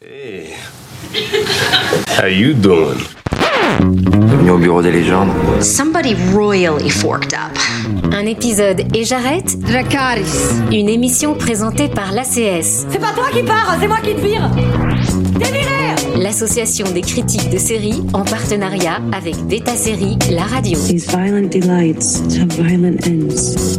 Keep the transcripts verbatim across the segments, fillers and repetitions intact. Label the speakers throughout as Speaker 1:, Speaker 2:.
Speaker 1: Hey, how you doing?
Speaker 2: Bienvenue au bureau des légendes.
Speaker 3: Somebody royally forked up.
Speaker 4: Un épisode et j'arrête.
Speaker 5: Dracarys.
Speaker 4: Une émission présentée par l'A C S.
Speaker 5: C'est pas toi qui pars, c'est moi qui te vire. T'es viré.
Speaker 4: L'association des critiques de séries en partenariat avec Beta Série, la radio.
Speaker 6: These violent delights have violent ends.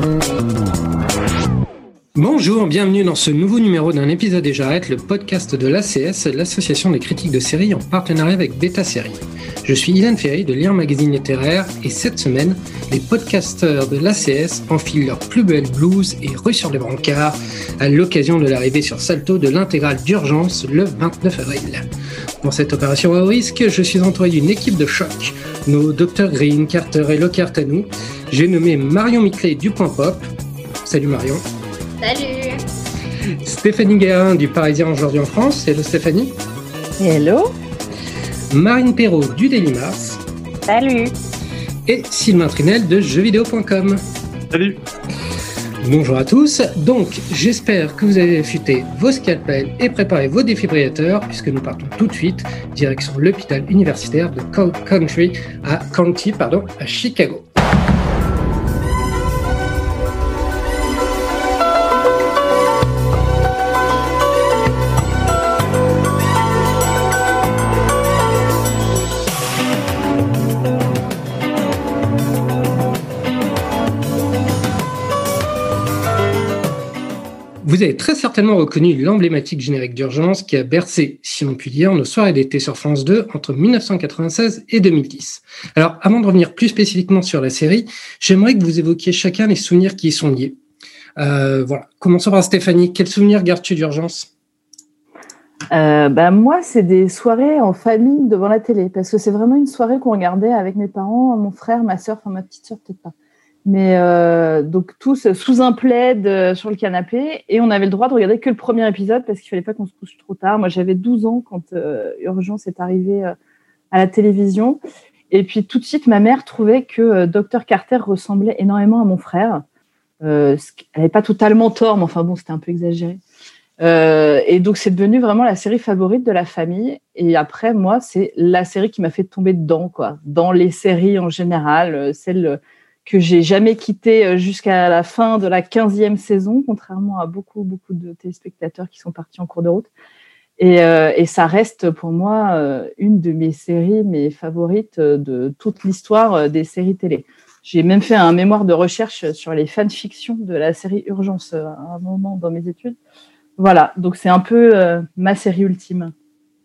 Speaker 7: Bonjour, bienvenue dans ce nouveau numéro d'un épisode et j'arrête, le podcast de l'A C S, l'association des critiques de séries en partenariat avec Beta Série. Je suis Ilan Ferry de Lire Magazine Littéraire et cette semaine, les podcasteurs de l'A C S enfilent leur plus belle blouse et ruent sur les brancards à l'occasion de l'arrivée sur Salto de l'intégrale d'urgence le vingt-neuf avril. Pour cette opération à haut risque, je suis entouré d'une équipe de choc. Nos Docteur Green, Carter et Lockhart à nous. J'ai nommé Marion Miclet du Point Pop. Salut Marion.
Speaker 8: Salut.
Speaker 7: Stéphanie Guérin du Parisien aujourd'hui en France. Hello Stéphanie.
Speaker 9: Hello.
Speaker 7: Marine Perrault du Daily Mars.
Speaker 9: Salut.
Speaker 7: Et Sylvain Trinel de jeux vidéo point com.
Speaker 10: Salut.
Speaker 7: Bonjour à tous. Donc, j'espère que vous avez affûté vos scalpels et préparé vos défibrillateurs puisque nous partons tout de suite direction l'hôpital universitaire de Cold Country à County, pardon, à Chicago. Vous avez très certainement reconnu l'emblématique générique d'urgence qui a bercé, si l'on peut dire, nos soirées d'été sur France deux entre dix-neuf cent quatre-vingt-seize et deux mille dix. Alors, avant de revenir plus spécifiquement sur la série, j'aimerais que vous évoquiez chacun les souvenirs qui y sont liés. Euh, voilà. Commençons par Stéphanie. Quels souvenirs gardes-tu d'urgence ?
Speaker 9: euh, bah, Moi, c'est des soirées en famille devant la télé, parce que c'est vraiment une soirée qu'on regardait avec mes parents, mon frère, ma sœur, enfin ma petite sœur peut-être pas. Mais euh, donc tous sous un plaid euh, sur le canapé et on avait le droit de regarder que le premier épisode parce qu'il fallait pas qu'on se couche trop tard. Moi j'avais douze ans quand euh, Urgence est arrivé euh, à la télévision et puis tout de suite ma mère trouvait que euh, Docteur Carter ressemblait énormément à mon frère. Euh, elle n'avait pas totalement tort, mais enfin bon c'était un peu exagéré. Euh, et donc c'est devenu vraiment la série favorite de la famille. Et après moi c'est la série qui m'a fait tomber dedans quoi. Dans les séries en général, euh, celle que j'ai jamais quitté jusqu'à la fin de la quinzième saison, contrairement à beaucoup, beaucoup de téléspectateurs qui sont partis en cours de route. Et, euh, et ça reste pour moi euh, une de mes séries, mes favorites de toute l'histoire des séries télé. J'ai même fait un mémoire de recherche sur les fanfictions de la série Urgence à un moment dans mes études. Voilà, donc c'est un peu euh, ma série ultime.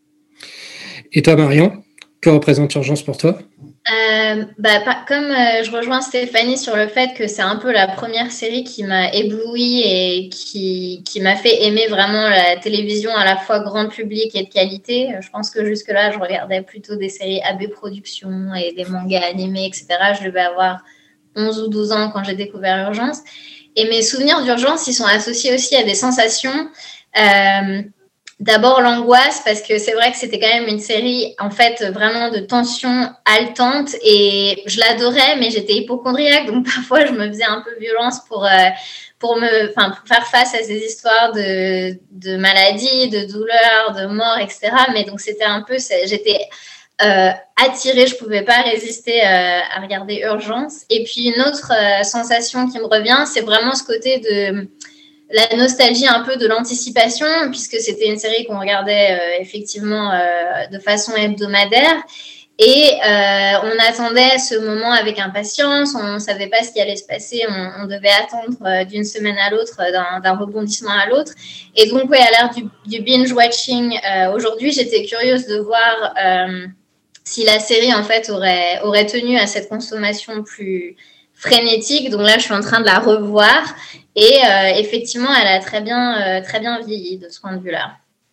Speaker 7: Et toi, Marion, que représente Urgence pour toi ?
Speaker 8: Euh, bah, pas, comme euh, je rejoins Stéphanie sur le fait que c'est un peu la première série qui m'a éblouie et qui, qui m'a fait aimer vraiment la télévision à la fois grand public et de qualité. Je pense que jusque-là, je regardais plutôt des séries A B Productions et des mangas animés, et cetera. Je devais avoir onze ou douze ans quand j'ai découvert Urgence. Et mes souvenirs d'Urgence, ils sont associés aussi à des sensations. Euh, D'abord l'angoisse parce que c'est vrai que c'était quand même une série en fait vraiment de tension haletante et je l'adorais mais j'étais hypocondriaque donc parfois je me faisais un peu violence pour euh, pour me enfin pour faire face à ces histoires de de maladies, de douleurs, de mort, et cetera. Mais donc c'était un peu j'étais euh, attirée, je pouvais pas résister euh, à regarder Urgence. Et puis une autre euh, sensation qui me revient, c'est vraiment ce côté de la nostalgie un peu de l'anticipation, puisque c'était une série qu'on regardait euh, effectivement euh, de façon hebdomadaire. Et euh, on attendait ce moment avec impatience, on ne savait pas ce qui allait se passer, on, on devait attendre euh, d'une semaine à l'autre, d'un, d'un rebondissement à l'autre. Et donc, oui, à l'ère du, du binge-watching, euh, aujourd'hui, j'étais curieuse de voir euh, si la série, en fait, aurait, aurait tenu à cette consommation plus frénétique. Donc là, je suis en train de la revoir. Et euh, effectivement, elle a très bien, euh, très bien vieilli de ce point de vue-là.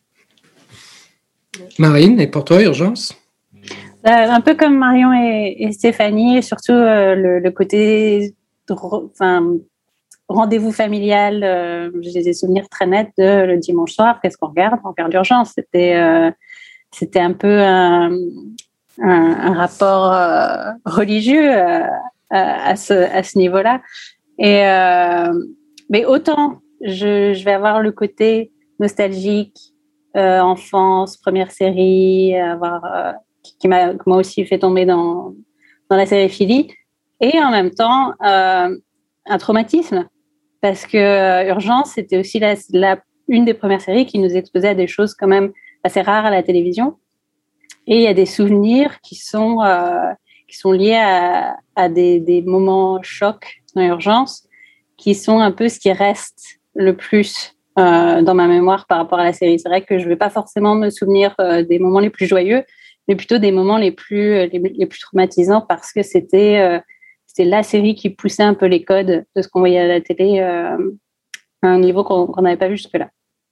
Speaker 7: Marine, et pour toi, Urgence ?
Speaker 11: euh, Un peu comme Marion et, et Stéphanie, et surtout euh, le, le côté enfin, rendez-vous familial. Euh, j'ai des souvenirs très nets de le dimanche soir, qu'est-ce qu'on regarde ? On regarde Urgence. C'était, euh, c'était un peu un, un, un rapport euh, religieux euh, à, à, ce, à ce niveau-là. Et... Euh, Mais autant je, je vais avoir le côté nostalgique, euh, enfance, première série, avoir, euh, qui, qui m'a, qui m'a aussi fait tomber dans, dans la série Philly. Et en même temps, euh, un traumatisme. Parce que euh, Urgence, c'était aussi la, la, une des premières séries qui nous exposait à des choses quand même assez rares à la télévision. Et il y a des souvenirs qui sont, euh, qui sont liés à, à des, des moments chocs dans Urgence, qui sont un peu ce qui reste le plus euh, dans ma mémoire par rapport à la série. C'est vrai que je ne vais pas forcément me souvenir euh, des moments les plus joyeux, mais plutôt des moments les plus, les, les plus traumatisants parce que c'était, euh, c'était la série qui poussait un peu les codes de ce qu'on voyait à la télé euh, à un niveau qu'on qu'on n'avait pas vu jusque-là.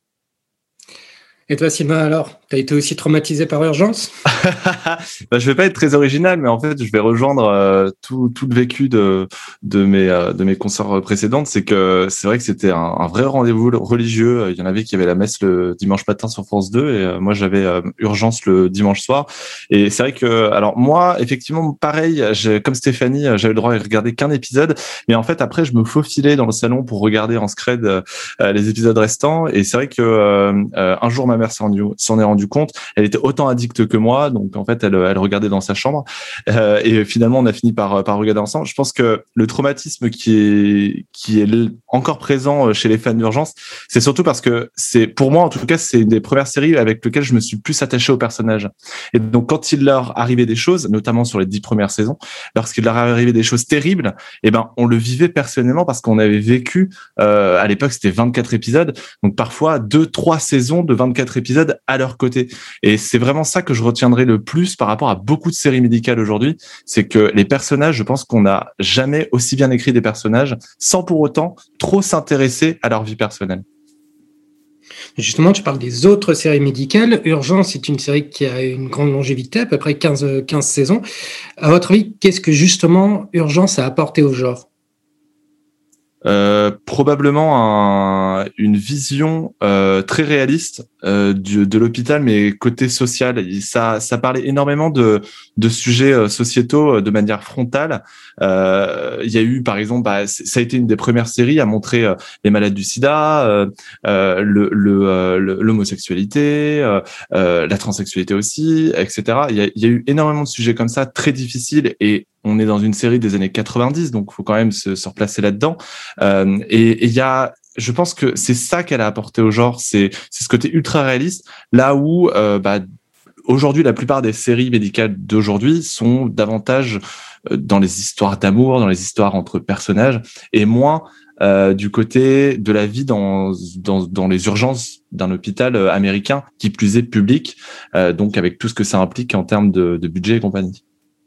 Speaker 7: Et toi, Sylvain, alors, tu as été aussi traumatisé par Urgence?
Speaker 10: Bah, je vais pas être très original, mais en fait, je vais rejoindre euh, tout, tout le vécu de, de mes, euh, de mes consoeurs précédentes. C'est que c'est vrai que c'était un, un vrai rendez-vous religieux. Il y en avait qui avaient la messe le dimanche matin sur France deux, et euh, moi, j'avais euh, Urgence le dimanche soir. Et c'est vrai que, alors moi, effectivement, pareil, j'ai, comme Stéphanie, j'avais le droit à regarder qu'un épisode, mais en fait, après, je me faufilais dans le salon pour regarder en scred euh, les épisodes restants. Et c'est vrai que euh, euh, un jour, ma mère s'en, s'en est rendu compte. Elle était autant addicte que moi, donc en fait, elle, elle regardait dans sa chambre. Euh, et finalement, on a fini par, par regarder ensemble. Je pense que le traumatisme qui est, qui est encore présent chez les fans d'Urgence, c'est surtout parce que c'est, pour moi, en tout cas, c'est une des premières séries avec lesquelles je me suis plus attaché aux personnages. Et donc, quand il leur arrivait des choses, notamment sur les dix premières saisons, lorsqu'il leur arrivait des choses terribles, eh ben, on le vivait personnellement parce qu'on avait vécu, euh, à l'époque, c'était vingt-quatre épisodes. Donc, parfois, deux, trois saisons de vingt-quatre épisodes à leur côté. Et c'est vraiment ça que je retiendrai le plus par rapport à beaucoup de séries médicales aujourd'hui. C'est que les personnages, je pense qu'on n'a jamais aussi bien écrit des personnages sans pour autant trop s'intéresser à leur vie personnelle.
Speaker 7: Justement, tu parles des autres séries médicales. Urgence est une série qui a une grande longévité, à peu près quinze, quinze saisons. À votre avis, qu'est-ce que justement Urgence a apporté au genre ?
Speaker 10: Euh, probablement un, une vision euh, très réaliste euh, du, de l'hôpital, mais côté social. Ça, ça parlait énormément de, de sujets sociétaux de manière frontale. Euh, il y a eu, par exemple, bah, ça a été une des premières séries à montrer euh, les malades du sida, euh, euh, le, le, euh, le, l'homosexualité, euh, euh, la transsexualité aussi, et cetera. Il y a, il y a eu énormément de sujets comme ça, très difficiles, et on est dans une série des années quatre-vingt-dix, donc il faut quand même se, se replacer là-dedans. Euh, et il y a, je pense que c'est ça qu'elle a apporté au genre, c'est, c'est ce côté ultra réaliste, là où euh, bah, aujourd'hui la plupart des séries médicales d'aujourd'hui sont davantage dans les histoires d'amour, dans les histoires entre personnages, et moins euh, du côté de la vie dans, dans, dans les urgences d'un hôpital américain, qui plus est public, euh, donc avec tout ce que ça implique en termes de, de budget et compagnie.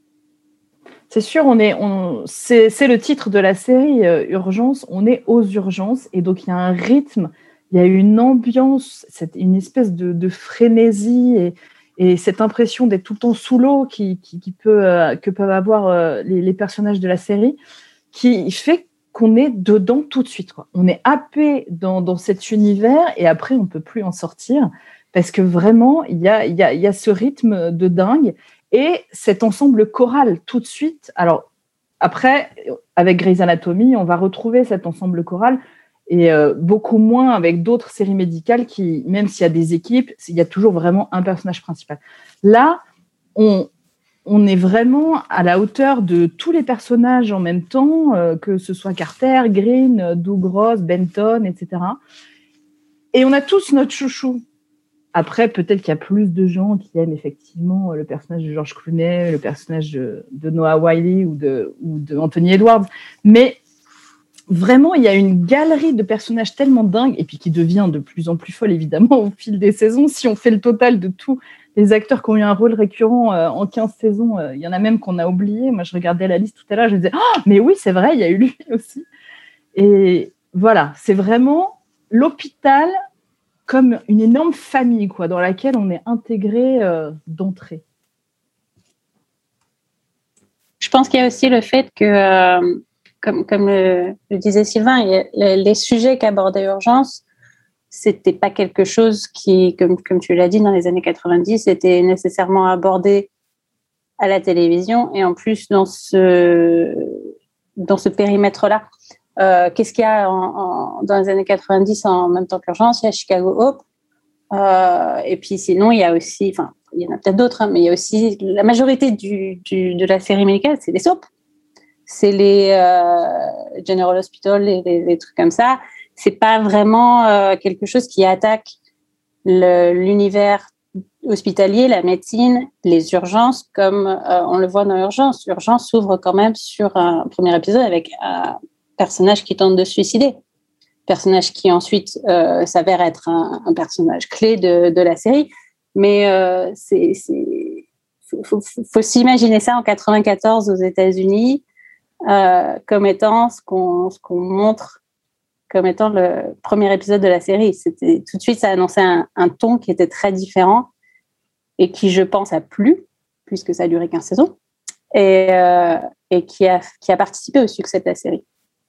Speaker 9: C'est sûr, on est, on, c'est, c'est le titre de la série euh, Urgence. On est aux urgences et donc il y a un rythme, il y a une ambiance, c'est une espèce de, de frénésie et, et cette impression d'être tout le temps sous l'eau qui, qui, qui peut, euh, que peuvent avoir euh, les, les personnages de la série, qui fait qu'on est dedans tout de suite, quoi. On est happé dans, dans cet univers et après on peut plus en sortir parce que vraiment il y a, il y a, il y a ce rythme de dingue. Et cet ensemble choral, tout de suite. Alors, après, avec Grey's Anatomy, on va retrouver cet ensemble choral et euh, beaucoup moins avec d'autres séries médicales qui, même s'il y a des équipes, il y a toujours vraiment un personnage principal. Là, on, on est vraiment à la hauteur de tous les personnages en même temps, euh, que ce soit Carter, Green, Doug Ross, Benton, et cetera. Et on a tous notre chouchou. Après, peut-être qu'il y a plus de gens qui aiment effectivement le personnage de George Clooney, le personnage de, de Noah Wyle ou de, ou de Anthony Edwards. Mais vraiment, il y a une galerie de personnages tellement dingues et puis qui devient de plus en plus folle, évidemment, au fil des saisons. Si on fait le total de tous les acteurs qui ont eu un rôle récurrent euh, en quinze saisons, euh, il y en a même qu'on a oublié. Moi, je regardais la liste tout à l'heure, je me disais oh, « mais oui, c'est vrai, il y a eu lui aussi ». Et voilà, c'est vraiment l'hôpital comme une énorme famille, quoi, dans laquelle on est intégré euh, d'entrée.
Speaker 11: Je pense qu'il y a aussi le fait que, euh, comme, comme le, le disait Sylvain, il y a, les, les sujets qu'abordait Urgence, c'était pas quelque chose qui, comme, comme tu l'as dit, dans les années quatre-vingt-dix, était nécessairement abordé à la télévision, et en plus dans ce, dans ce périmètre-là. Euh, qu'est-ce qu'il y a en, en, dans les années quatre-vingt-dix en même temps qu'Urgence? Il y a Chicago Hope, Euh, et puis sinon, il y a aussi, enfin, il y en a peut-être d'autres, hein, mais il y a aussi la majorité du, du, de la série médicale, c'est les soaps. C'est les euh, General Hospital, les, les, les trucs comme ça. C'est pas vraiment euh, quelque chose qui attaque le, l'univers hospitalier, la médecine, les urgences, comme euh, on le voit dans Urgence. Urgence s'ouvre quand même sur un premier épisode avec un personnage qui tente de se suicider. Personnage qui ensuite euh, s'avère être un, un personnage clé de, de la série. Mais euh, c'est, c'est faut, faut, faut s'imaginer ça en quatre-vingt-quatorze aux États-Unis euh, comme étant ce qu'on, ce qu'on montre comme étant le premier épisode de la série. C'était, tout de suite, ça annonçait un, un ton qui était très différent et qui, je pense, a plu, puisque ça a duré quinze saisons, et, euh, et qui, a, qui a participé au succès de la série.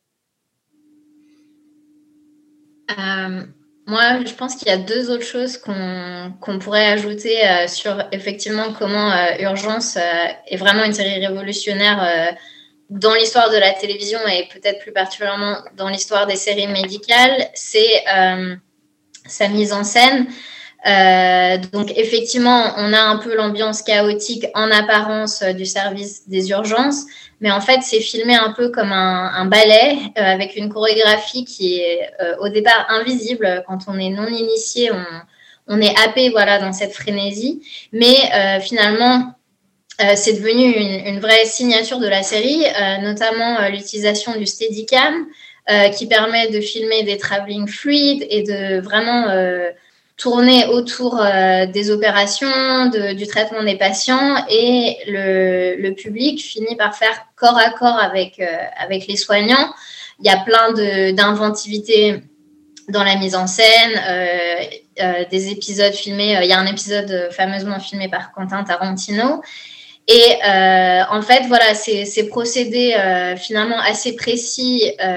Speaker 8: Euh, moi, je pense qu'il y a deux autres choses qu'on, qu'on pourrait ajouter euh, sur, effectivement, comment euh, Urgence euh, est vraiment une série révolutionnaire euh, dans l'histoire de la télévision et peut-être plus particulièrement dans l'histoire des séries médicales. C'est euh, sa mise en scène. Euh, donc effectivement, on a un peu l'ambiance chaotique en apparence euh, du service des urgences, mais en fait, c'est filmé un peu comme un, un ballet euh, avec une chorégraphie qui est euh, au départ invisible. Quand on est non initié, on, on est happé voilà, dans cette frénésie, mais euh, finalement, euh, c'est devenu une, une vraie signature de la série, euh, notamment euh, l'utilisation du Steadicam euh, qui permet de filmer des travelling fluides et de vraiment... Euh, tourner autour euh, des opérations, de, du traitement des patients, et le, le public finit par faire corps à corps avec, euh, avec les soignants. Il y a plein de, d'inventivité dans la mise en scène, euh, euh, des épisodes filmés. Euh, il y a un épisode fameusement filmé par Quentin Tarantino. Et euh, en fait, voilà, ces, ces procédés euh, finalement assez précis euh,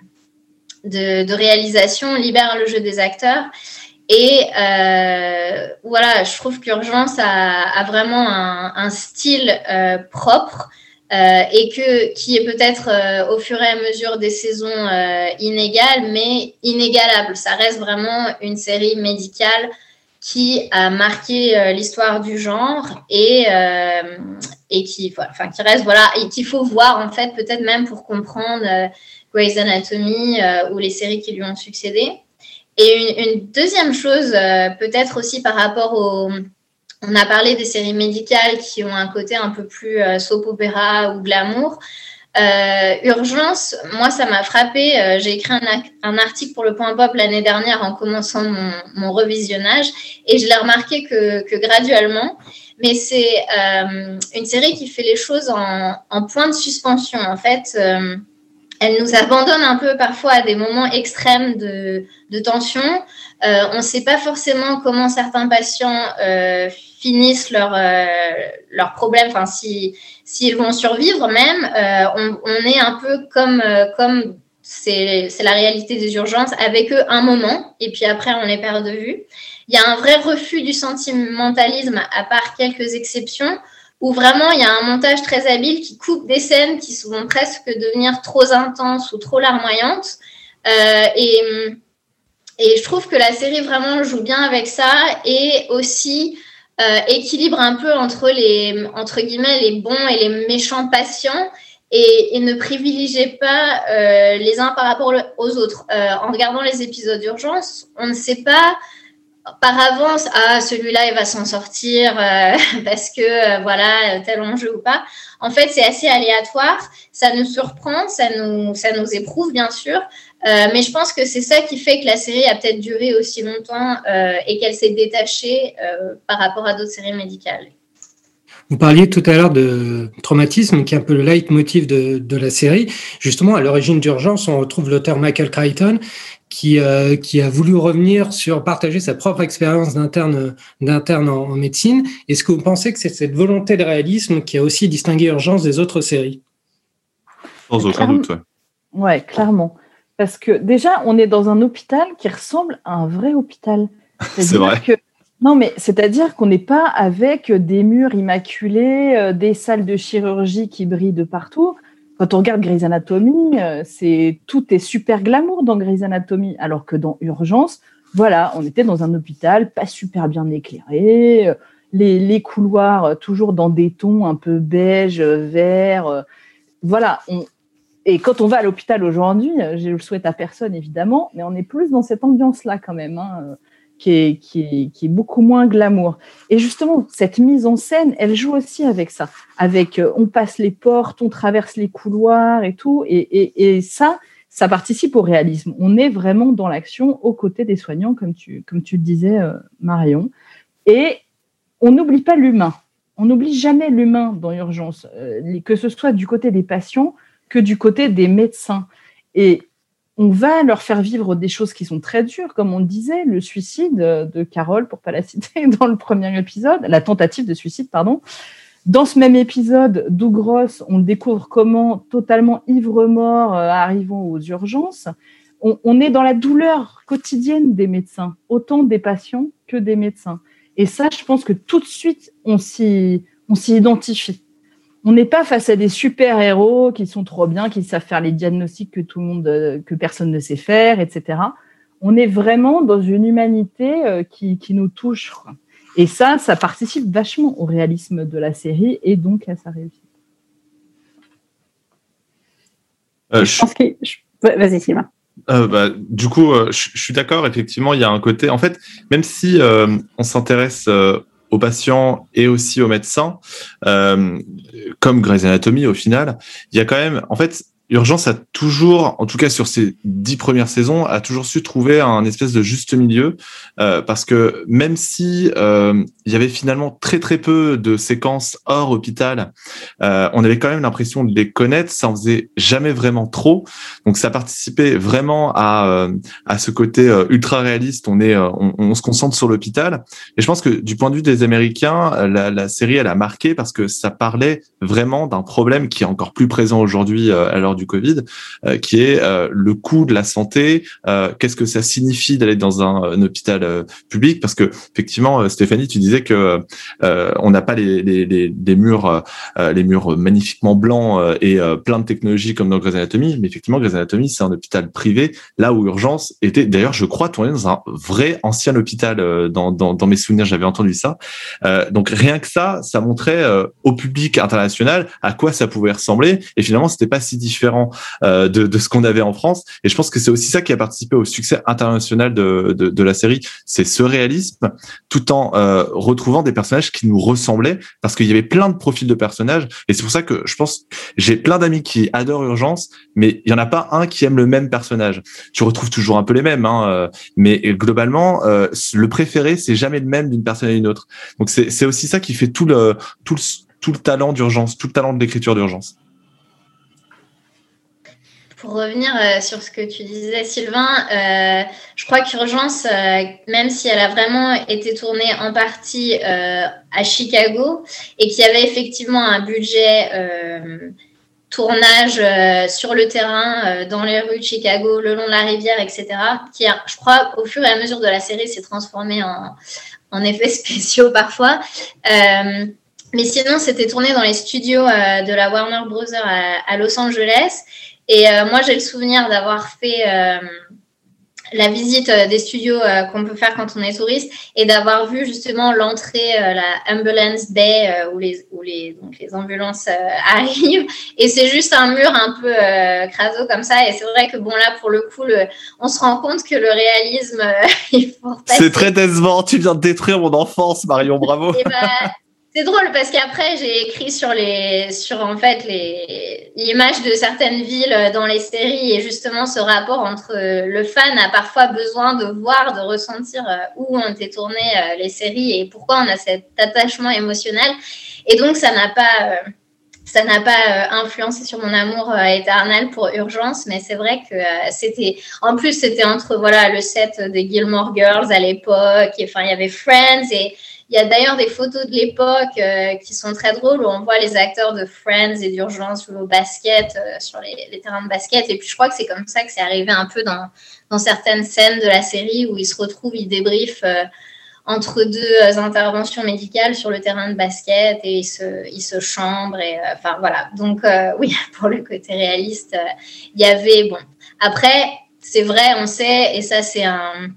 Speaker 8: de, de réalisation libèrent le jeu des acteurs. Et euh, voilà, je trouve qu'Urgence a, a vraiment un, un style euh, propre euh, et que, qui est peut-être euh, au fur et à mesure des saisons euh, inégal, mais inégalable. Ça reste vraiment une série médicale qui a marqué euh, l'histoire du genre et, euh, et qui, enfin, qui reste, voilà, et qu'il faut voir en fait, peut-être même pour comprendre euh, Grey's Anatomy euh, ou les séries qui lui ont succédé. Et une, une deuxième chose, euh, peut-être aussi par rapport au... On a parlé des séries médicales qui ont un côté un peu plus euh, soap opéra ou glamour. Euh, Urgence, moi, ça m'a frappée. Euh, j'ai écrit un, un article pour le Point Pop l'année dernière en commençant mon, mon revisionnage et je l'ai remarqué que, que graduellement. Mais c'est euh, une série qui fait les choses en, en point de suspension, en fait. Euh, Elle nous abandonne un peu parfois à des moments extrêmes de, de tension. Euh, on ne sait pas forcément comment certains patients euh, finissent leurs euh, leur problèmes, enfin, si, s'ils vont survivre même. Euh, on, on est un peu comme, euh, comme c'est, c'est la réalité des urgences, avec eux un moment, et puis après, on les perd de vue. Il y a un vrai refus du sentimentalisme, à part quelques exceptions, où vraiment, il y a un montage très habile qui coupe des scènes qui vont presque devenir trop intenses ou trop larmoyantes. Euh, et, et je trouve que la série vraiment joue bien avec ça et aussi euh, équilibre un peu entre les, entre guillemets, les bons et les méchants patients et, et ne privilégie pas euh, les uns par rapport aux autres. Euh, en regardant les épisodes d'urgence, on ne sait pas par avance, ah, celui-là, il va s'en sortir euh, parce que, euh, voilà, tel enjeu ou pas. En fait, c'est assez aléatoire. Ça nous surprend, ça nous, ça nous éprouve, bien sûr. Euh, mais je pense que c'est ça qui fait que la série a peut-être duré aussi longtemps euh, et qu'elle s'est détachée euh, par rapport à d'autres séries médicales.
Speaker 7: Vous parliez tout à l'heure de traumatisme, qui est un peu le leitmotiv de, de la série. Justement, à l'origine d'Urgence, on retrouve l'auteur Michael Crichton, qui, euh, qui a voulu revenir sur partager sa propre expérience d'interne, d'interne en, en médecine. Est-ce que vous pensez que c'est cette volonté de réalisme qui a aussi distingué Urgence des autres séries ?
Speaker 10: Sans aucun doute, ouais.
Speaker 9: Ouais, clairement. Parce que déjà, on est dans un hôpital qui ressemble à un vrai hôpital. C'est-à-dire
Speaker 10: c'est vrai.
Speaker 9: Que... Non, mais c'est-à-dire qu'on n'est pas avec des murs immaculés, euh, des salles de chirurgie qui brillent de partout. Quand on regarde Grey's Anatomy, euh, c'est, tout est super glamour dans Grey's Anatomy, alors que dans Urgence, voilà, on était dans un hôpital pas super bien éclairé, euh, les, les couloirs euh, toujours dans des tons un peu beige, vert. Euh, voilà. On... Et quand on va à l'hôpital aujourd'hui, je le souhaite à personne évidemment, mais on est plus dans cette ambiance-là quand même, hein, qui est, qui est, qui est beaucoup moins glamour. Et justement, cette mise en scène, elle joue aussi avec ça. Avec, euh, on passe les portes, on traverse les couloirs et tout. Et, et, et ça, ça participe au réalisme. On est vraiment dans l'action aux côtés des soignants, comme tu, comme tu le disais, euh, Marion. Et on n'oublie pas l'humain. On n'oublie jamais l'humain dans Urgence, euh, que ce soit du côté des patients que du côté des médecins. Et on va leur faire vivre des choses qui sont très dures, comme on le disait, le suicide de Carole, pour ne pas la citer, dans le premier épisode, la tentative de suicide, pardon. Dans ce même épisode, Doug Ross, on découvre comment, totalement ivre-mort, euh, arrivant aux urgences, on, on est dans la douleur quotidienne des médecins, autant des patients que des médecins. Et ça, je pense que tout de suite, on s'y, on s'y identifie. On n'est pas face à des super-héros qui sont trop bien, qui savent faire les diagnostics que tout le monde, que personne ne sait faire, et cetera. On est vraiment dans une humanité qui, qui nous touche. Et ça, ça participe vachement au réalisme de la série et donc à sa réussite.
Speaker 10: Euh, je pense
Speaker 11: que... Je... Vas-y, Sylvain.
Speaker 10: Euh, bah, du coup, euh, je, je suis d'accord. Effectivement, il y a un côté. En fait, même si euh, on s'intéresse euh, aux patients et aussi aux médecins, euh, comme Grey's Anatomy au final, il y a quand même, en fait, Urgence a toujours, en tout cas sur ces dix premières saisons, a toujours su trouver un espèce de juste milieu, euh, parce que même si euh, il y avait finalement très très peu de séquences hors hôpital, euh, on avait quand même l'impression de les connaître, ça en faisait jamais vraiment trop, donc ça participait vraiment à euh, à ce côté euh, ultra réaliste. On est, euh, on, on se concentre sur l'hôpital, et je pense que du point de vue des Américains, la, la série elle a marqué parce que ça parlait vraiment d'un problème qui est encore plus présent aujourd'hui euh, à l'heure du Covid, euh, qui est euh, le coût de la santé. Euh, qu'est-ce que ça signifie d'aller dans un, un hôpital euh, public? Parce que effectivement, euh, Stéphanie, tu disais que euh, on n'a pas les, les, les, les murs, euh, les murs magnifiquement blancs euh, et euh, plein de technologies comme dans Grey's Anatomy. Mais effectivement, Grey's Anatomy, c'est un hôpital privé, là où Urgence était, d'ailleurs, je crois, tourné dans un vrai ancien hôpital. Euh, dans, dans, dans mes souvenirs, j'avais entendu ça. Euh, donc rien que ça, ça montrait euh, au public international à quoi ça pouvait ressembler. Et finalement, c'était pas si différent euh, de, de ce qu'on avait en France. Et je pense que c'est aussi ça qui a participé au succès international de, de, de la série. C'est ce réalisme, tout en euh, retrouvant des personnages qui nous ressemblaient, parce qu'il y avait plein de profils de personnages. Et c'est pour ça que je pense, j'ai plein d'amis qui adorent Urgence, mais il y en a pas un qui aime le même personnage. Tu retrouves toujours un peu les mêmes, hein, mais globalement, euh, le préféré, c'est jamais le même d'une personne à une autre. Donc c'est, c'est aussi ça qui fait tout le, tout le, tout le talent d'Urgence, tout le talent de l'écriture d'Urgence.
Speaker 8: Pour revenir euh, sur ce que tu disais, Sylvain, euh, je crois qu'Urgence, euh, même si elle a vraiment été tournée en partie euh, à Chicago et qu'il y avait effectivement un budget euh, tournage euh, sur le terrain, euh, dans les rues de Chicago, le long de la rivière, et cetera, qui, a, je crois, au fur et à mesure de la série, s'est transformé en, en effets spéciaux parfois. Euh, mais sinon, c'était tourné dans les studios euh, de la Warner Brothers à, à Los Angeles. Et euh, moi, j'ai le souvenir d'avoir fait euh, la visite euh, des studios euh, qu'on peut faire quand on est touriste et d'avoir vu justement l'entrée, euh, la ambulance bay euh, où, les, où les, donc les ambulances euh, arrivent. Et c'est juste un mur un peu euh, craso comme ça. Et c'est vrai que bon, là, pour le coup, le, on se rend compte que le réalisme, euh, il faut repasser.
Speaker 10: C'est très décevant. Tu viens de détruire mon enfance, Marion. Bravo.
Speaker 8: Et bah, c'est drôle parce qu'après, j'ai écrit sur, les, sur en fait, les, l'image de certaines villes dans les séries et justement ce rapport entre le fan a parfois besoin de voir, de ressentir où ont été tournées les séries et pourquoi on a cet attachement émotionnel. Et donc, ça n'a pas, ça n'a pas influencé sur mon amour éternel pour Urgence, mais c'est vrai que c'était, en plus, c'était entre voilà, le set des Gilmore Girls à l'époque, et, enfin, il y avait Friends et il y a d'ailleurs des photos de l'époque euh, qui sont très drôles où on voit les acteurs de Friends et d'Urgence jouer au basket euh, sur les, les terrains de basket. Et puis, je crois que c'est comme ça que c'est arrivé un peu dans, dans certaines scènes de la série où ils se retrouvent, ils débriefent euh, entre deux euh, interventions médicales sur le terrain de basket et ils se, ils se chambrent. Et, euh, enfin, voilà. Donc, euh, oui, pour le côté réaliste, euh, il y avait... Bon, après, c'est vrai, on sait, et ça, c'est un...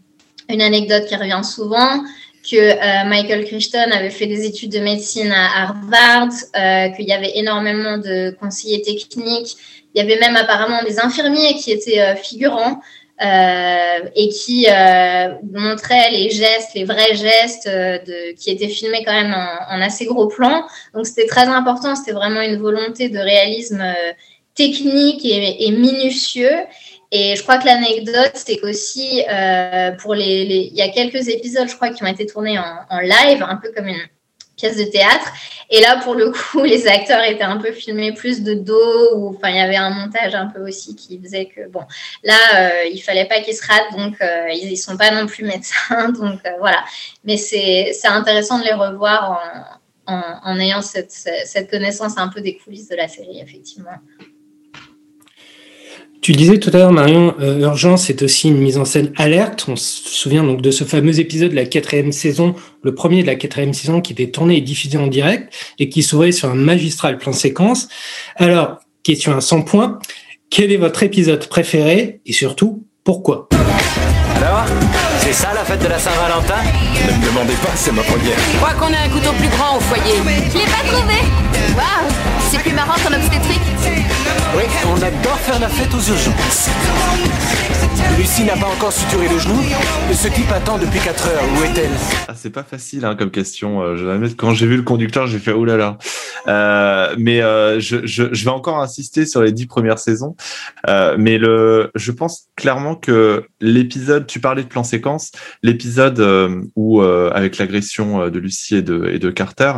Speaker 8: une anecdote qui revient souvent, que euh, Michael Crichton avait fait des études de médecine à Harvard, euh, qu'il y avait énormément de conseillers techniques, il y avait même apparemment des infirmiers qui étaient euh, figurants euh, et qui euh, montraient les gestes, les vrais gestes euh, de, qui étaient filmés quand même en, en assez gros plan. Donc c'était très important, c'était vraiment une volonté de réalisme euh, technique et, et minutieux. Et je crois que l'anecdote, c'est qu'aussi, euh, pour les, les, il y a quelques épisodes, je crois, qui ont été tournés en, en live, un peu comme une pièce de théâtre. Et là, pour le coup, les acteurs étaient un peu filmés plus de dos, ou enfin, il y avait un montage un peu aussi qui faisait que, bon, là, euh, il fallait pas qu'ils se ratent, donc euh, ils, ils sont pas non plus médecins, donc euh, voilà. Mais c'est, c'est intéressant de les revoir en, en, en ayant cette, cette connaissance un peu des coulisses de la série, effectivement.
Speaker 7: Tu disais tout à l'heure, Marion, euh, Urgence, c'est aussi une mise en scène alerte. On se souvient donc de ce fameux épisode de la quatrième saison, le premier de la quatrième saison, qui était tourné et diffusé en direct et qui s'ouvrait sur un magistral plan séquence. Alors, question à cent points. Quel est votre épisode préféré et surtout, pourquoi ?
Speaker 12: Alors, c'est ça la fête de la Saint-Valentin ?
Speaker 1: Ne me demandez pas, c'est ma première.
Speaker 5: Je crois qu'on a un couteau plus grand au foyer.
Speaker 13: Je l'ai pas trouvé. Waouh, c'est plus marrant qu'en obstétrique.
Speaker 12: Oui, on adore faire la fête aux urgences. Lucie n'a pas encore suturé le genou, et ce type attend depuis quatre heures. Où est-elle ?
Speaker 10: Ah, c'est pas facile hein, comme question. Euh, je vais admettre, quand j'ai vu le conducteur, j'ai fait oh là là. Euh, mais euh, je, je, je vais encore insister sur les dix premières saisons. Euh, mais le, je pense clairement que l'épisode, tu parlais de plan séquence, l'épisode euh, où euh, avec l'agression de Lucie et de, et de Carter,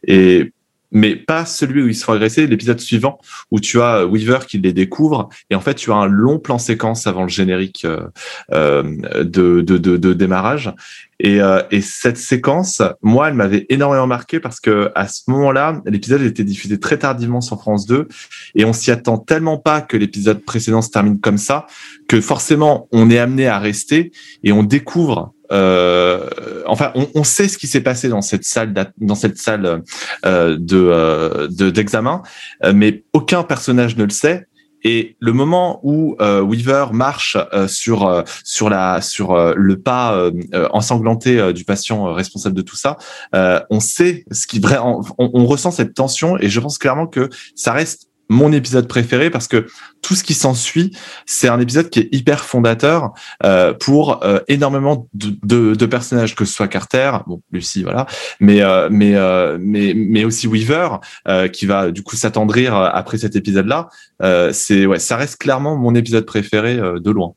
Speaker 10: et mais pas celui où ils se font agresser, l'épisode suivant où tu as Weaver qui les découvre et en fait tu as un long plan séquence avant le générique euh, euh, de, de, de, de démarrage et, euh, et cette séquence, moi, elle m'avait énormément marqué parce que à ce moment-là, l'épisode était diffusé très tardivement sur France deux et on s'y attend tellement pas que l'épisode précédent se termine comme ça que forcément on est amené à rester et on découvre Euh, enfin, on, on sait ce qui s'est passé dans cette salle, dans cette salle euh, de, euh, de d'examen, euh, mais aucun personnage ne le sait. Et le moment où euh, Weaver marche euh, sur euh, sur la sur euh, le pas euh, ensanglanté euh, du patient euh, responsable de tout ça, euh, on sait ce qui vraiment, on, on ressent cette tension et je pense clairement que ça reste mon épisode préféré parce que tout ce qui s'ensuit, c'est un épisode qui est hyper fondateur euh, pour euh, énormément de, de, de personnages, que ce soit Carter, bon Lucie, voilà, mais euh, mais euh, mais mais aussi Weaver euh, qui va du coup s'attendrir après cet épisode-là. Euh, c'est ouais, ça reste clairement mon épisode préféré euh, de loin.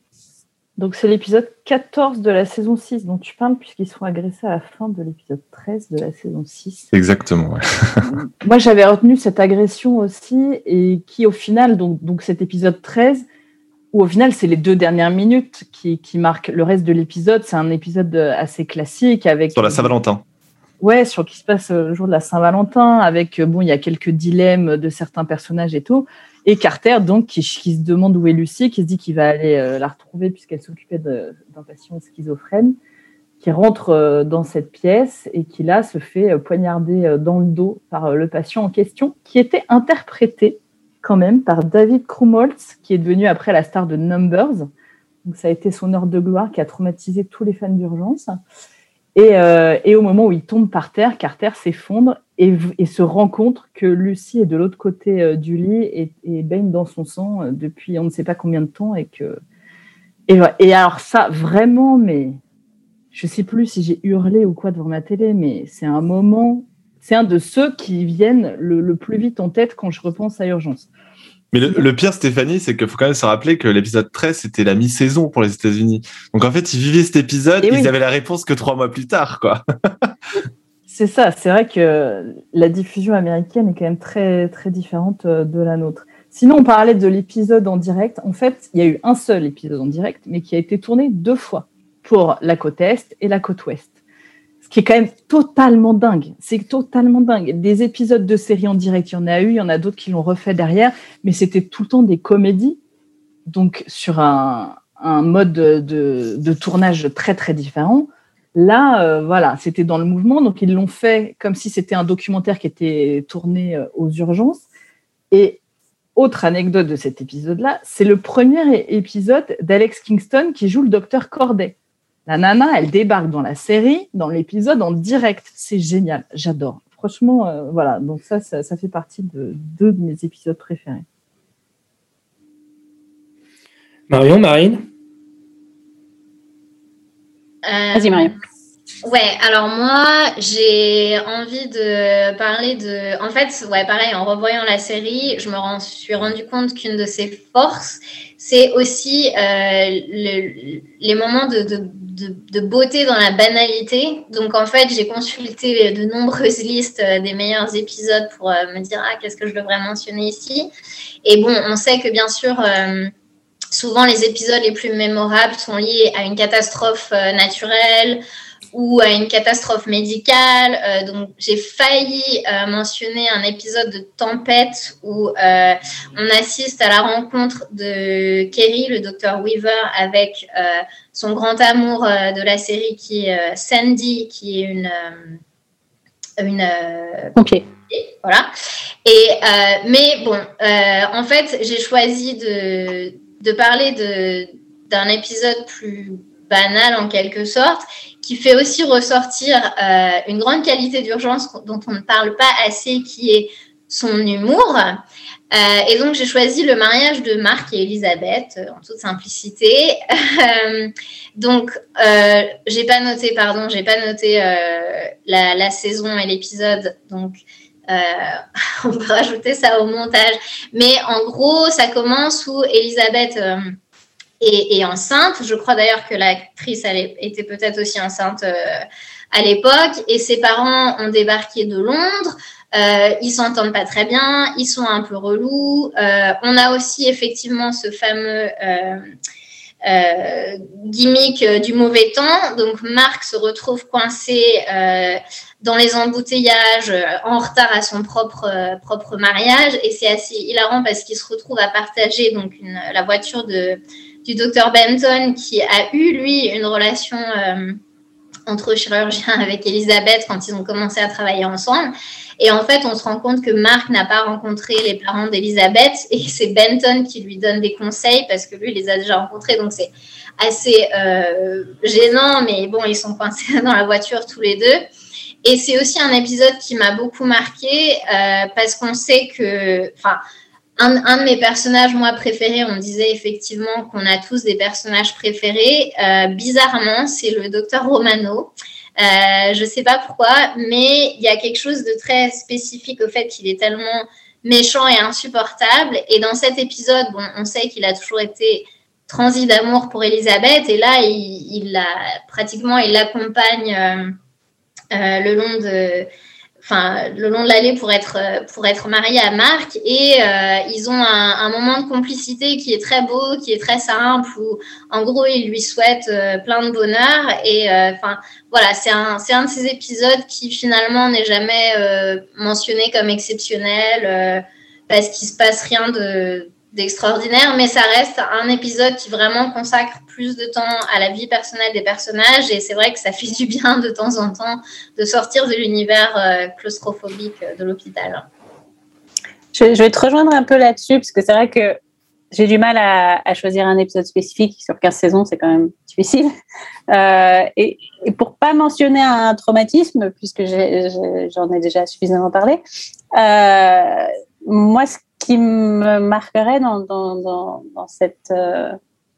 Speaker 9: Donc, c'est l'épisode quatorze de la saison six dont tu parles, puisqu'ils sont agressés à la fin de l'épisode treize de la saison six.
Speaker 10: Exactement, ouais.
Speaker 9: Moi, j'avais retenu cette agression aussi, et qui, au final, donc, donc cet épisode treize, où au final, c'est les deux dernières minutes qui, qui marquent le reste de l'épisode. C'est un épisode assez classique. Avec
Speaker 10: sur la Saint-Valentin.
Speaker 9: Ouais, sur ce qui se passe le jour de la Saint-Valentin, avec, bon, il y a quelques dilemmes de certains personnages et tout. Et Carter, donc, qui, qui se demande où est Lucie, qui se dit qu'il va aller euh, la retrouver puisqu'elle s'occupait de, d'un patient schizophrène, qui rentre euh, dans cette pièce et qui, là, se fait euh, poignarder euh, dans le dos par euh, le patient en question, qui était interprété, quand même, par David Krumholtz, qui est devenu après la star de Numbers. Donc, ça a été son heure de gloire qui a traumatisé tous les fans d'urgence. Et, euh, et au moment où il tombe par terre, Carter s'effondre et, et se rend compte que Lucie est de l'autre côté euh, du lit et, et baigne dans son sang euh, depuis on ne sait pas combien de temps. Et, que, et, et alors ça, vraiment, mais je ne sais plus si j'ai hurlé ou quoi devant ma télé, mais c'est un moment, c'est un de ceux qui viennent le, le plus vite en tête quand je repense à Urgence.
Speaker 10: Mais le, le pire, Stéphanie, c'est qu'il faut quand même se rappeler que l'épisode treize, c'était la mi-saison pour les États-Unis. Donc, en fait, ils vivaient cet épisode, et ils oui. avaient la réponse que trois mois plus tard, quoi.
Speaker 9: C'est ça. C'est vrai que la diffusion américaine est quand même très, très différente de la nôtre. Sinon, on parlait de l'épisode en direct. En fait, il y a eu un seul épisode en direct, mais qui a été tourné deux fois pour la côte Est et la côte Ouest. Ce qui est quand même totalement dingue. C'est totalement dingue. Des épisodes de séries en direct, il y en a eu, il y en a d'autres qui l'ont refait derrière, mais c'était tout le temps des comédies, donc sur un, un mode de, de, de tournage très, très différent. Là, euh, voilà, c'était dans le mouvement, donc ils l'ont fait comme si c'était un documentaire qui était tourné aux urgences. Et autre anecdote de cet épisode-là, c'est le premier épisode d'Alex Kingston qui joue le docteur Corday. La nana, elle débarque dans la série, dans l'épisode en direct. C'est génial, j'adore. Franchement, euh, voilà. Donc ça, ça, ça fait partie de deux de mes épisodes préférés.
Speaker 7: Marion, Marine
Speaker 8: Euh,
Speaker 11: Vas-y, Marion.
Speaker 8: Ouais, alors moi, j'ai envie de parler de... En fait, ouais, pareil, en revoyant la série, je me rends- suis rendu compte qu'une de ses forces, c'est aussi euh, le- les moments de, de, de, de beauté dans la banalité. Donc, en fait, j'ai consulté de nombreuses listes euh, des meilleurs épisodes pour euh, me dire, ah, qu'est-ce que je devrais mentionner ici? Et bon, on sait que, bien sûr... euh, souvent, les épisodes les plus mémorables sont liés à une catastrophe euh, naturelle ou à une catastrophe médicale. Euh, donc, j'ai failli euh, mentionner un épisode de Tempête où euh, on assiste à la rencontre de Kerry, le docteur Weaver, avec euh, son grand amour euh, de la série qui est euh, Sandy, qui est une... Euh, une euh,
Speaker 11: Ok.
Speaker 8: Voilà. Et, euh, mais bon, euh, en fait, j'ai choisi de, de parler de, d'un épisode plus banal en quelque sorte, qui fait aussi ressortir euh, une grande qualité d'urgence dont on ne parle pas assez, qui est son humour. Euh, et donc, j'ai choisi le mariage de Marc et Elisabeth, euh, en toute simplicité. Euh, donc, euh, j'ai pas noté, pardon, j'ai pas noté euh, la, la saison et l'épisode. Donc, euh, on peut rajouter ça au montage. Mais en gros, ça commence où Elisabeth euh, est, est enceinte. Je crois d'ailleurs que l'actrice elle était peut-être aussi enceinte euh, à l'époque. Et ses parents ont débarqué de Londres. Euh, ils s'entendent pas très bien, ils sont un peu relous. Euh, on a aussi effectivement ce fameux euh, euh, gimmick euh, du mauvais temps. Donc Marc se retrouve coincé euh, dans les embouteillages, euh, en retard à son propre euh, propre mariage, et c'est assez hilarant parce qu'il se retrouve à partager donc une, la voiture de du docteur Benton qui a eu lui une relation euh, entre chirurgiens avec Elisabeth quand ils ont commencé à travailler ensemble. Et en fait, on se rend compte que Marc n'a pas rencontré les parents d'Elisabeth et c'est Benton qui lui donne des conseils parce que lui, il les a déjà rencontrés. Donc, c'est assez euh, gênant, mais bon, ils sont coincés dans la voiture tous les deux. Et c'est aussi un épisode qui m'a beaucoup marqué euh, parce qu'on sait que... Enfin, un, un de mes personnages, moi, préférés, on disait effectivement qu'on a tous des personnages préférés. Euh, bizarrement, c'est le docteur Romano. Euh, je sais pas pourquoi, mais il y a quelque chose de très spécifique au fait qu'il est tellement méchant et insupportable. Et dans cet épisode, bon, on sait qu'il a toujours été transi d'amour pour Elisabeth, et là, il, il la, pratiquement, il l'accompagne euh, euh, le long de, enfin, le long de l'allée pour être pour être marié à Marc. Et euh, ils ont un, un moment de complicité qui est très beau, qui est très simple, où en gros, il lui souhaite euh, plein de bonheur. Et enfin. Euh, Voilà, c'est un, c'est un de ces épisodes qui finalement n'est jamais euh, mentionné comme exceptionnel euh, parce qu'il se passe rien de, d'extraordinaire, mais ça reste un épisode qui vraiment consacre plus de temps à la vie personnelle des personnages, et c'est vrai que ça fait du bien de temps en temps de sortir de l'univers euh, claustrophobique de l'hôpital.
Speaker 11: Je, je vais te rejoindre un peu là-dessus, parce que c'est vrai que j'ai du mal à, à choisir un épisode spécifique. Sur quinze saisons, c'est quand même difficile. Euh, et, et pour pas mentionner un traumatisme, puisque j'ai, j'ai, j'en ai déjà suffisamment parlé, euh, moi, ce qui me marquerait dans, dans, dans, dans cette, euh,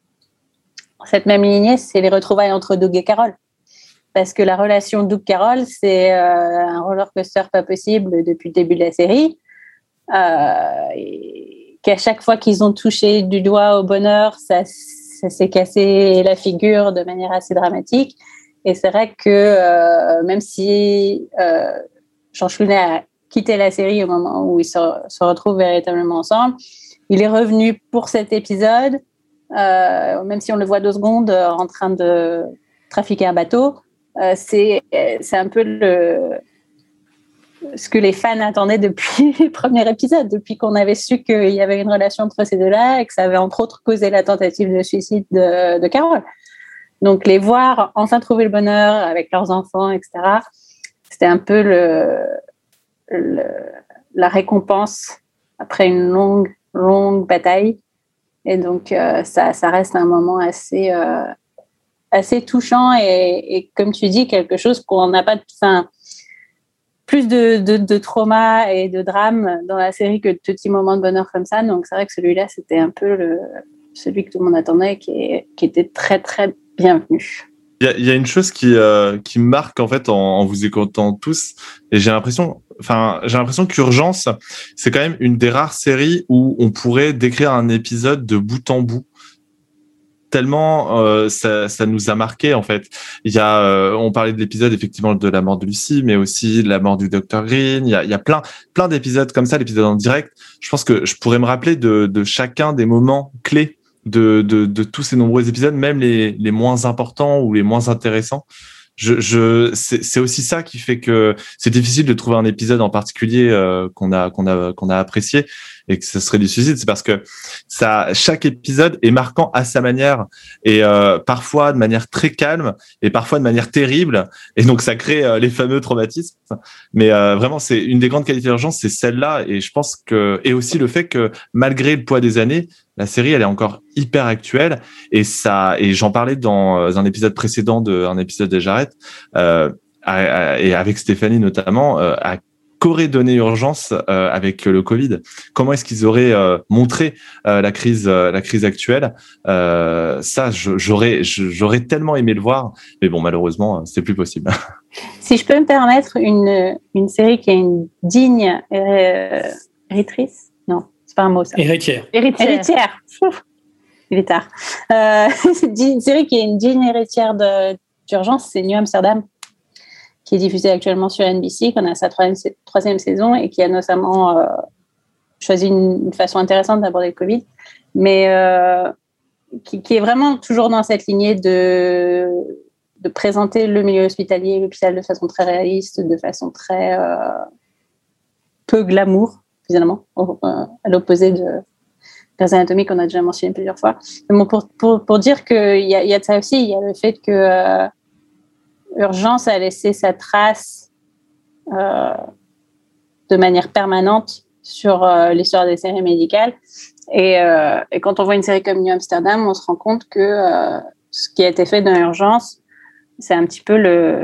Speaker 11: cette même lignée, c'est les retrouvailles entre Doug et Carol. Parce que la relation Doug-Carol, c'est euh, un roller coaster pas possible depuis le début de la série. Euh, et qu'à chaque fois qu'ils ont touché du doigt au bonheur, ça, ça s'est cassé la figure de manière assez dramatique. Et c'est vrai que euh, même si euh, George Clooney a quitté la série au moment où ils se, se retrouvent véritablement ensemble, il est revenu pour cet épisode, euh, même si on le voit deux secondes euh, en train de trafiquer un bateau. Euh, c'est, c'est un peu le... ce que les fans attendaient depuis les premiers épisodes, depuis qu'on avait su qu'il y avait une relation entre ces deux-là et que ça avait entre autres causé la tentative de suicide de, de Carol. Donc les voir enfin trouver le bonheur avec leurs enfants, et cetera, c'était un peu le, le, la récompense après une longue, longue bataille. Et donc euh, ça, ça reste un moment assez, euh, assez touchant et, et comme tu dis, quelque chose qu'on n'a pas, enfin, plus de, de, de trauma et de drame dans la série que de petits moments de bonheur comme ça. Donc c'est vrai que celui-là, c'était un peu le, celui que tout le monde attendait, qui, est, qui était très très bienvenu.
Speaker 10: Il y a, il y a une chose qui euh, qui me marque en fait en, en vous écoutant tous, et j'ai l'impression, enfin j'ai l'impression qu'Urgence, c'est quand même une des rares séries où on pourrait décrire un épisode de bout en bout. Tellement euh, ça, ça nous a marqué en fait. Il y a, euh, on parlait de l'épisode effectivement de la mort de Lucie, mais aussi de la mort du docteur Green. Il y a, il y a plein, plein d'épisodes comme ça, l'épisode en direct. Je pense que je pourrais me rappeler de, de chacun des moments clés de, de, de tous ces nombreux épisodes, même les, les moins importants ou les moins intéressants. Je, je, c'est, c'est aussi ça qui fait que c'est difficile de trouver un épisode en particulier euh, qu'on a, qu'on a, qu'on a apprécié et que ce serait du suicide. C'est parce que ça, chaque épisode est marquant à sa manière et euh, parfois de manière très calme et parfois de manière terrible. Et donc ça crée euh, les fameux traumatismes. Mais euh, vraiment, c'est une des grandes qualités d'Urgence, c'est celle-là. Et je pense que, et aussi le fait que malgré le poids des années, la série, elle est encore hyper actuelle et ça, et j'en parlais dans un épisode précédent de un épisode de J'arrête, euh, et avec Stéphanie notamment, euh, à qu'aurait donné Urgence euh, avec le Covid. Comment est-ce qu'ils auraient euh, montré euh, la crise, euh, la crise actuelle. Euh, ça, je, j'aurais, j'aurais tellement aimé le voir, mais bon, malheureusement, c'est plus possible.
Speaker 11: Si je peux me permettre une une série qui est une digne euh, héritice, non. C'est pas un mot, ça.
Speaker 7: Héritière.
Speaker 11: Héritière. Héritière. Ouf, il est tard. Euh, une série qui est une digne héritière de, d'Urgence, c'est New Amsterdam, qui est diffusée actuellement sur N B C, qu'on a sa troisième, troisième saison et qui a notamment euh, choisi une, une façon intéressante d'aborder le Covid, mais euh, qui, qui est vraiment toujours dans cette lignée de, de présenter le milieu hospitalier, l'hôpital de façon très réaliste, de façon très euh, peu glamour, finalement, à l'opposé de Grey's Anatomy qu'on a déjà mentionné plusieurs fois. Mais bon, pour, pour, pour dire qu'il y a, il y a de ça aussi, il y a le fait que euh, Urgence a laissé sa trace euh, de manière permanente sur euh, l'histoire des séries médicales. Et, euh, et quand on voit une série comme New Amsterdam, on se rend compte que euh, ce qui a été fait dans Urgence, c'est un petit peu le,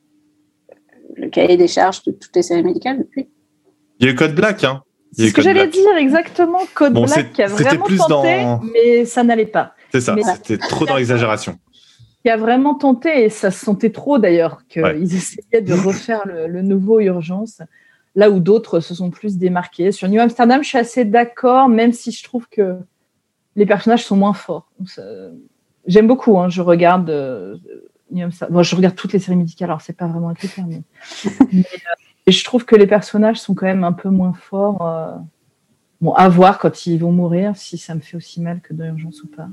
Speaker 11: le cahier des charges de toutes les séries médicales depuis.
Speaker 10: Il y a eu Code Black, hein.
Speaker 9: C'est ce que j'allais Black. dire exactement, Code bon, Black qui a vraiment
Speaker 10: plus
Speaker 9: tenté,
Speaker 10: dans...
Speaker 9: mais ça n'allait pas.
Speaker 10: C'est ça,
Speaker 9: mais
Speaker 10: c'était trop dans l'exagération.
Speaker 9: Qui a vraiment tenté, et ça se sentait trop d'ailleurs, qu'ils ouais. essayaient de refaire le, le nouveau Urgence, là où d'autres se sont plus démarqués. Sur New Amsterdam, je suis assez d'accord, même si je trouve que les personnages sont moins forts. Donc, ça... J'aime beaucoup, hein, je regarde euh, New Amsterdam. Bon, je regarde toutes les séries médicales, alors c'est pas vraiment un critère, mais... mais euh, et je trouve que les personnages sont quand même un peu moins forts. Euh... Bon, à voir quand ils vont mourir, si ça me fait aussi mal que dans Urgence ou pas.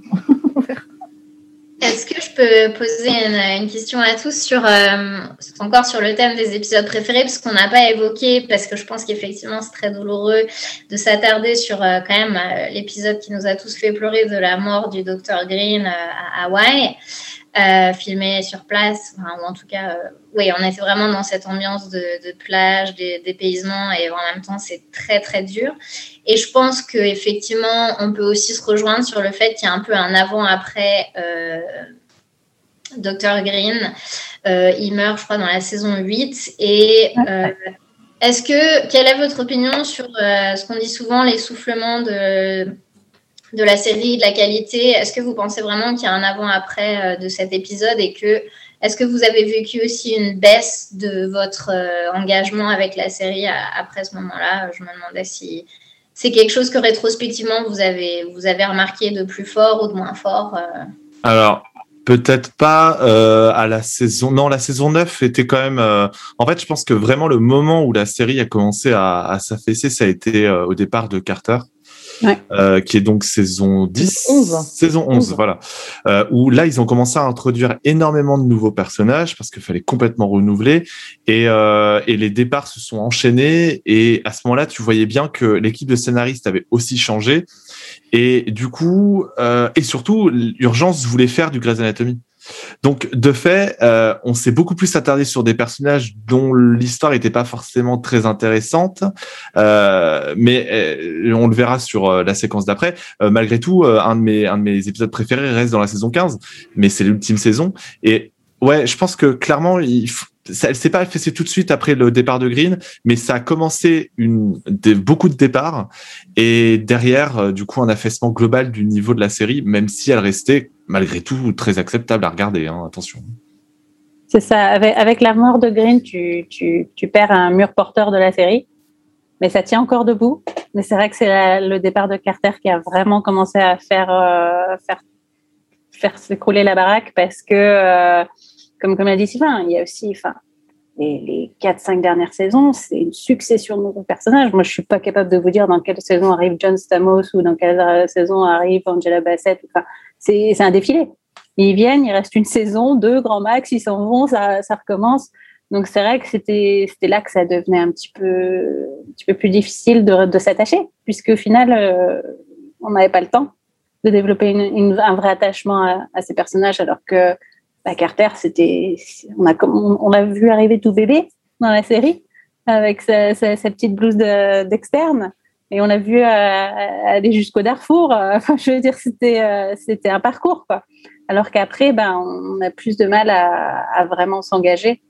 Speaker 8: Est-ce que je peux poser une, une question à tous sur euh, encore sur le thème des épisodes préférés, parce qu'on n'a pas évoqué, parce que je pense qu'effectivement c'est très douloureux de s'attarder sur euh, quand même euh, l'épisode qui nous a tous fait pleurer de la mort du docteur Green euh, à Hawaï. Euh, filmé sur place, enfin, ou en tout cas, euh, oui, on était vraiment dans cette ambiance de, de plage, dépaysement, et en même temps, c'est très, très dur. Et je pense qu'effectivement, on peut aussi se rejoindre sur le fait qu'il y a un peu un avant-après euh, docteur Green. Euh, il meurt, je crois, dans la saison huit. Et euh, est-ce que, quelle est votre opinion sur euh, ce qu'on dit souvent, l'essoufflement de... de la série, de la qualité? Est-ce que vous pensez vraiment qu'il y a un avant-après de cet épisode et que, est-ce que vous avez vécu aussi une baisse de votre euh, engagement avec la série à, après ce moment-là? Je me demandais si c'est quelque chose que rétrospectivement vous avez, vous avez remarqué de plus fort ou de moins fort. Euh...
Speaker 10: Alors, peut-être pas euh, à la saison... Non, la saison neuf était quand même... Euh... En fait, je pense que vraiment le moment où la série a commencé à, à s'affaisser, ça a été euh, au départ de Carter. Ouais. Euh, qui est donc saison dix,
Speaker 9: onze.
Speaker 10: Saison onze, onze. Voilà, euh, où là ils ont commencé à introduire énormément de nouveaux personnages parce qu'il fallait complètement renouveler et euh, et les départs se sont enchaînés et à ce moment-là tu voyais bien que l'équipe de scénaristes avait aussi changé et du coup euh, et surtout Urgence voulait faire du Grey's Anatomy. Donc, de fait, euh, on s'est beaucoup plus attardé sur des personnages dont l'histoire n'était pas forcément très intéressante, euh, mais euh, on le verra sur euh, la séquence d'après. Euh, malgré tout, euh, un de mes un de mes épisodes préférés reste dans la saison quinze, mais c'est l'ultime saison. Et ouais, je pense que clairement, il faut, ça, elle s'est pas fait tout de suite après le départ de Green, mais ça a commencé une, des, beaucoup de départs et derrière, euh, du coup, un affaissement global du niveau de la série, même si elle restait malgré tout très acceptable à regarder. Hein, attention.
Speaker 11: C'est ça. Avec, avec la mort de Green, tu, tu, tu perds un mur porteur de la série, mais ça tient encore debout. Mais c'est vrai que c'est la, le départ de Carter qui a vraiment commencé à faire euh, faire faire s'écrouler la baraque parce que euh, Comme, comme l'a dit Sylvain, il y a aussi, enfin, les, les quatre cinq dernières saisons, c'est une succession de nouveaux personnages. Moi, je suis pas capable de vous dire dans quelle saison arrive John Stamos ou dans quelle saison arrive Angela Bassett. Enfin, c'est, c'est un défilé. Ils viennent, il reste une saison, deux, grand max, ils s'en vont, ça, ça recommence. Donc, c'est vrai que c'était, c'était là que ça devenait un petit peu, un petit peu plus difficile de, de s'attacher, puisque au final, euh, on n'avait pas le temps de développer une, une, un vrai attachement à, à ces personnages, alors que bah, Carter, c'était, on a, on l'a vu arriver tout bébé dans la série avec sa, sa, sa petite blouse de, d'externe, et on l'a vu euh, aller jusqu'au Darfour. Enfin, je veux dire, c'était, euh, c'était un parcours, quoi. Alors qu'après, ben, on a plus de mal à, à vraiment s'engager.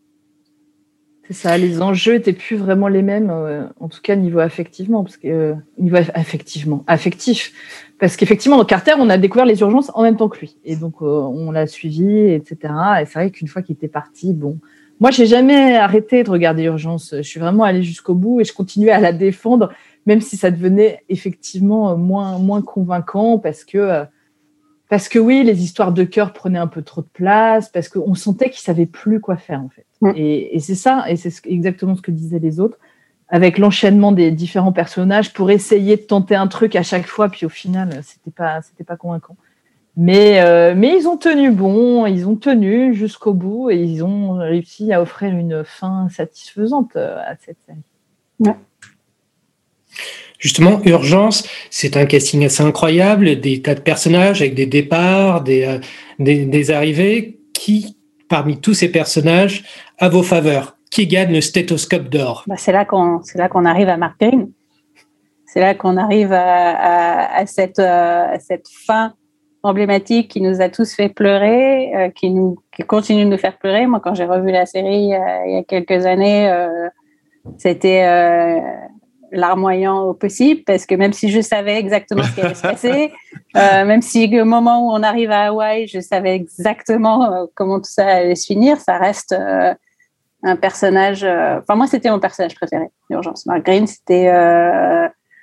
Speaker 9: C'est ça, les enjeux étaient plus vraiment les mêmes, euh, en tout cas niveau affectivement, parce que euh, niveau affectivement, affectif, parce qu'effectivement dans Carter, on a découvert les urgences en même temps que lui, et donc euh, on l'a suivi, et cetera. Et c'est vrai qu'une fois qu'il était parti, bon, moi j'ai jamais arrêté de regarder Urgence. Je suis vraiment allée jusqu'au bout et je continuais à la défendre, même si ça devenait effectivement moins moins convaincant, parce que euh, parce que oui, les histoires de cœur prenaient un peu trop de place, parce qu'on sentait qu'ils savaient plus quoi faire en fait. Mmh. Et, et c'est ça, et c'est exactement ce que disaient les autres, avec l'enchaînement des différents personnages pour essayer de tenter un truc à chaque fois, puis au final, c'était pas, c'était pas convaincant. Mais, euh, mais ils ont tenu bon, ils ont tenu jusqu'au bout, et ils ont réussi à offrir une fin satisfaisante à cette série.
Speaker 11: Ouais.
Speaker 7: Justement, Urgence, c'est un casting assez incroyable, des tas de personnages avec des départs, des, euh, des, des arrivées. Qui, parmi tous ces personnages, à vos faveurs, qui gagne le stéthoscope d'or?
Speaker 11: Bah, c'est là qu'on, c'est là qu'on arrive à Mark Green. C'est là qu'on arrive à, à, à, cette, euh, à cette fin emblématique qui nous a tous fait pleurer, euh, qui, nous, qui continue de nous faire pleurer. Moi, quand j'ai revu la série euh, il y a quelques années, euh, c'était... Euh, larmoyant au possible, parce que même si je savais exactement ce qui allait se passer, euh, même si au moment où on arrive à Hawaï, je savais exactement euh, comment tout ça allait se finir, ça reste euh, un personnage... Enfin, euh, moi, c'était mon personnage préféré, d'Urgence. Mark Green, c'était... Euh,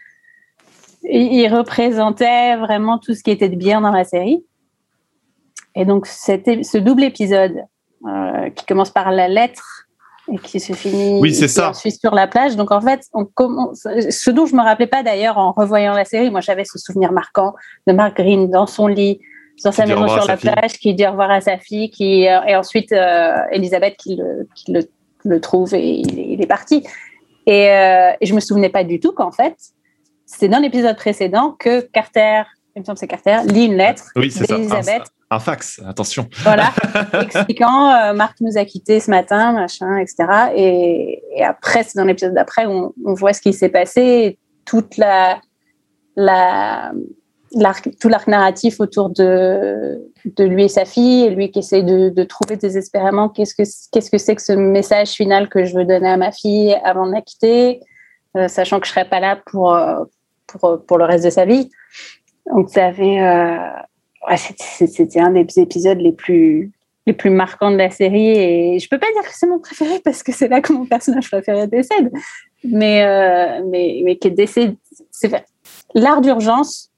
Speaker 11: il, il représentait vraiment tout ce qui était de bien dans la série. Et donc, c'était ce double épisode euh, qui commence par la lettre et qui se finit
Speaker 10: oui, c'est ça.
Speaker 11: ensuite sur la plage. Donc, en fait, on commence... ce dont je ne me rappelais pas d'ailleurs en revoyant la série, moi, j'avais ce souvenir marquant de Mark Green dans son lit, dans sa maison sur la plage, qui dit au revoir à sa fille, qui... et ensuite euh, Elisabeth qui, le, qui le, le trouve et il, il est parti. Et, euh, et je ne me souvenais pas du tout qu'en fait, c'était dans l'épisode précédent que Carter, il me semble que c'est Carter, lit une lettre
Speaker 10: oui,
Speaker 11: d'Elisabeth.
Speaker 10: Un fax, attention.
Speaker 11: Voilà, expliquant euh, Marc nous a quittés ce matin, machin, et cetera. Et, et après, c'est dans l'épisode d'après où on, on voit ce qui s'est passé, et toute la, la, l'arc, tout l'arc narratif autour de, de lui et sa fille, et lui qui essaie de, de trouver désespérément qu'est-ce que, qu'est-ce que c'est que ce message final que je veux donner à ma fille avant de la quitter, euh, sachant que je ne serai pas là pour, pour, pour le reste de sa vie. Donc, ça avait... Euh, Ouais, c'était, c'était un des épisodes les plus, les plus marquants de la série, et je peux pas dire que c'est mon préféré parce que c'est là que mon personnage préféré décède, mais, euh, mais, mais qui décède. C'est fait. L'art d'Urgence,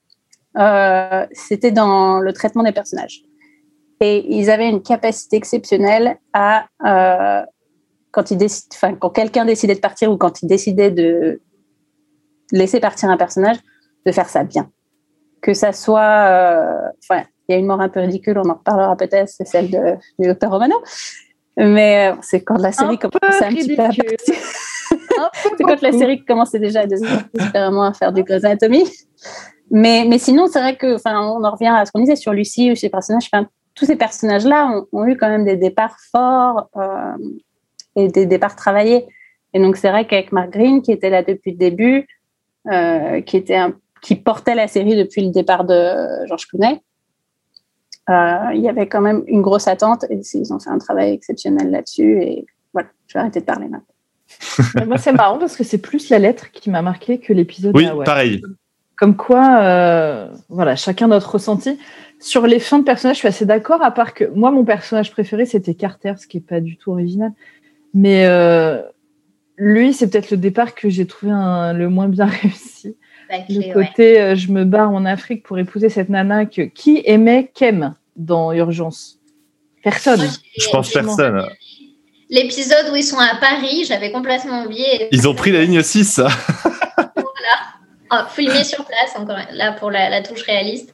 Speaker 11: euh, c'était dans le traitement des personnages. Et ils avaient une capacité exceptionnelle à, euh, quand, ils décid... enfin, quand quelqu'un décidait de partir ou quand ils décidaient de laisser partir un personnage, de faire ça bien. Que ça soit... Euh, enfin, il y a une mort un peu ridicule, on en reparlera peut-être, c'est celle de, du docteur Romano. Mais euh, c'est quand la série commençait un petit peu à partir. C'est quand la série commençait déjà à désespérément à faire du Grey's Anatomy. Mais, mais sinon, c'est vrai que, enfin, on en revient à ce qu'on disait sur Lucie ou ses personnages. Enfin, tous ces personnages-là ont, ont eu quand même des départs forts euh, et des départs travaillés. Et donc, c'est vrai qu'avec Mark Greene, qui était là depuis le début, euh, qui, était un, qui portait la série depuis le départ de George Clooney, euh, il y avait quand même une grosse attente et ils ont fait un travail exceptionnel là-dessus. Et voilà, je vais arrêter de parler maintenant.
Speaker 9: Moi, c'est marrant parce que c'est plus la lettre qui m'a marqué que l'épisode.
Speaker 10: Oui,
Speaker 9: ouais.
Speaker 10: pareil.
Speaker 9: Comme quoi, euh, voilà, chacun notre ressenti. Sur les fins de personnages, je suis assez d'accord, à part que moi, mon personnage préféré, c'était Carter, ce qui n'est pas du tout original. Mais euh, lui, c'est peut-être le départ que j'ai trouvé un, le moins bien réussi.
Speaker 8: Bah,
Speaker 9: le côté, ouais. euh, je me barre en Afrique pour épouser cette nana que qui aimait Kem dans Urgence? Personne.
Speaker 10: Moi, je pense personne.
Speaker 8: L'épisode où ils sont à Paris, j'avais complètement oublié.
Speaker 10: Ils ont pris la ligne six.
Speaker 8: Voilà. Oh, filmé sur place, encore là, pour la, la touche réaliste.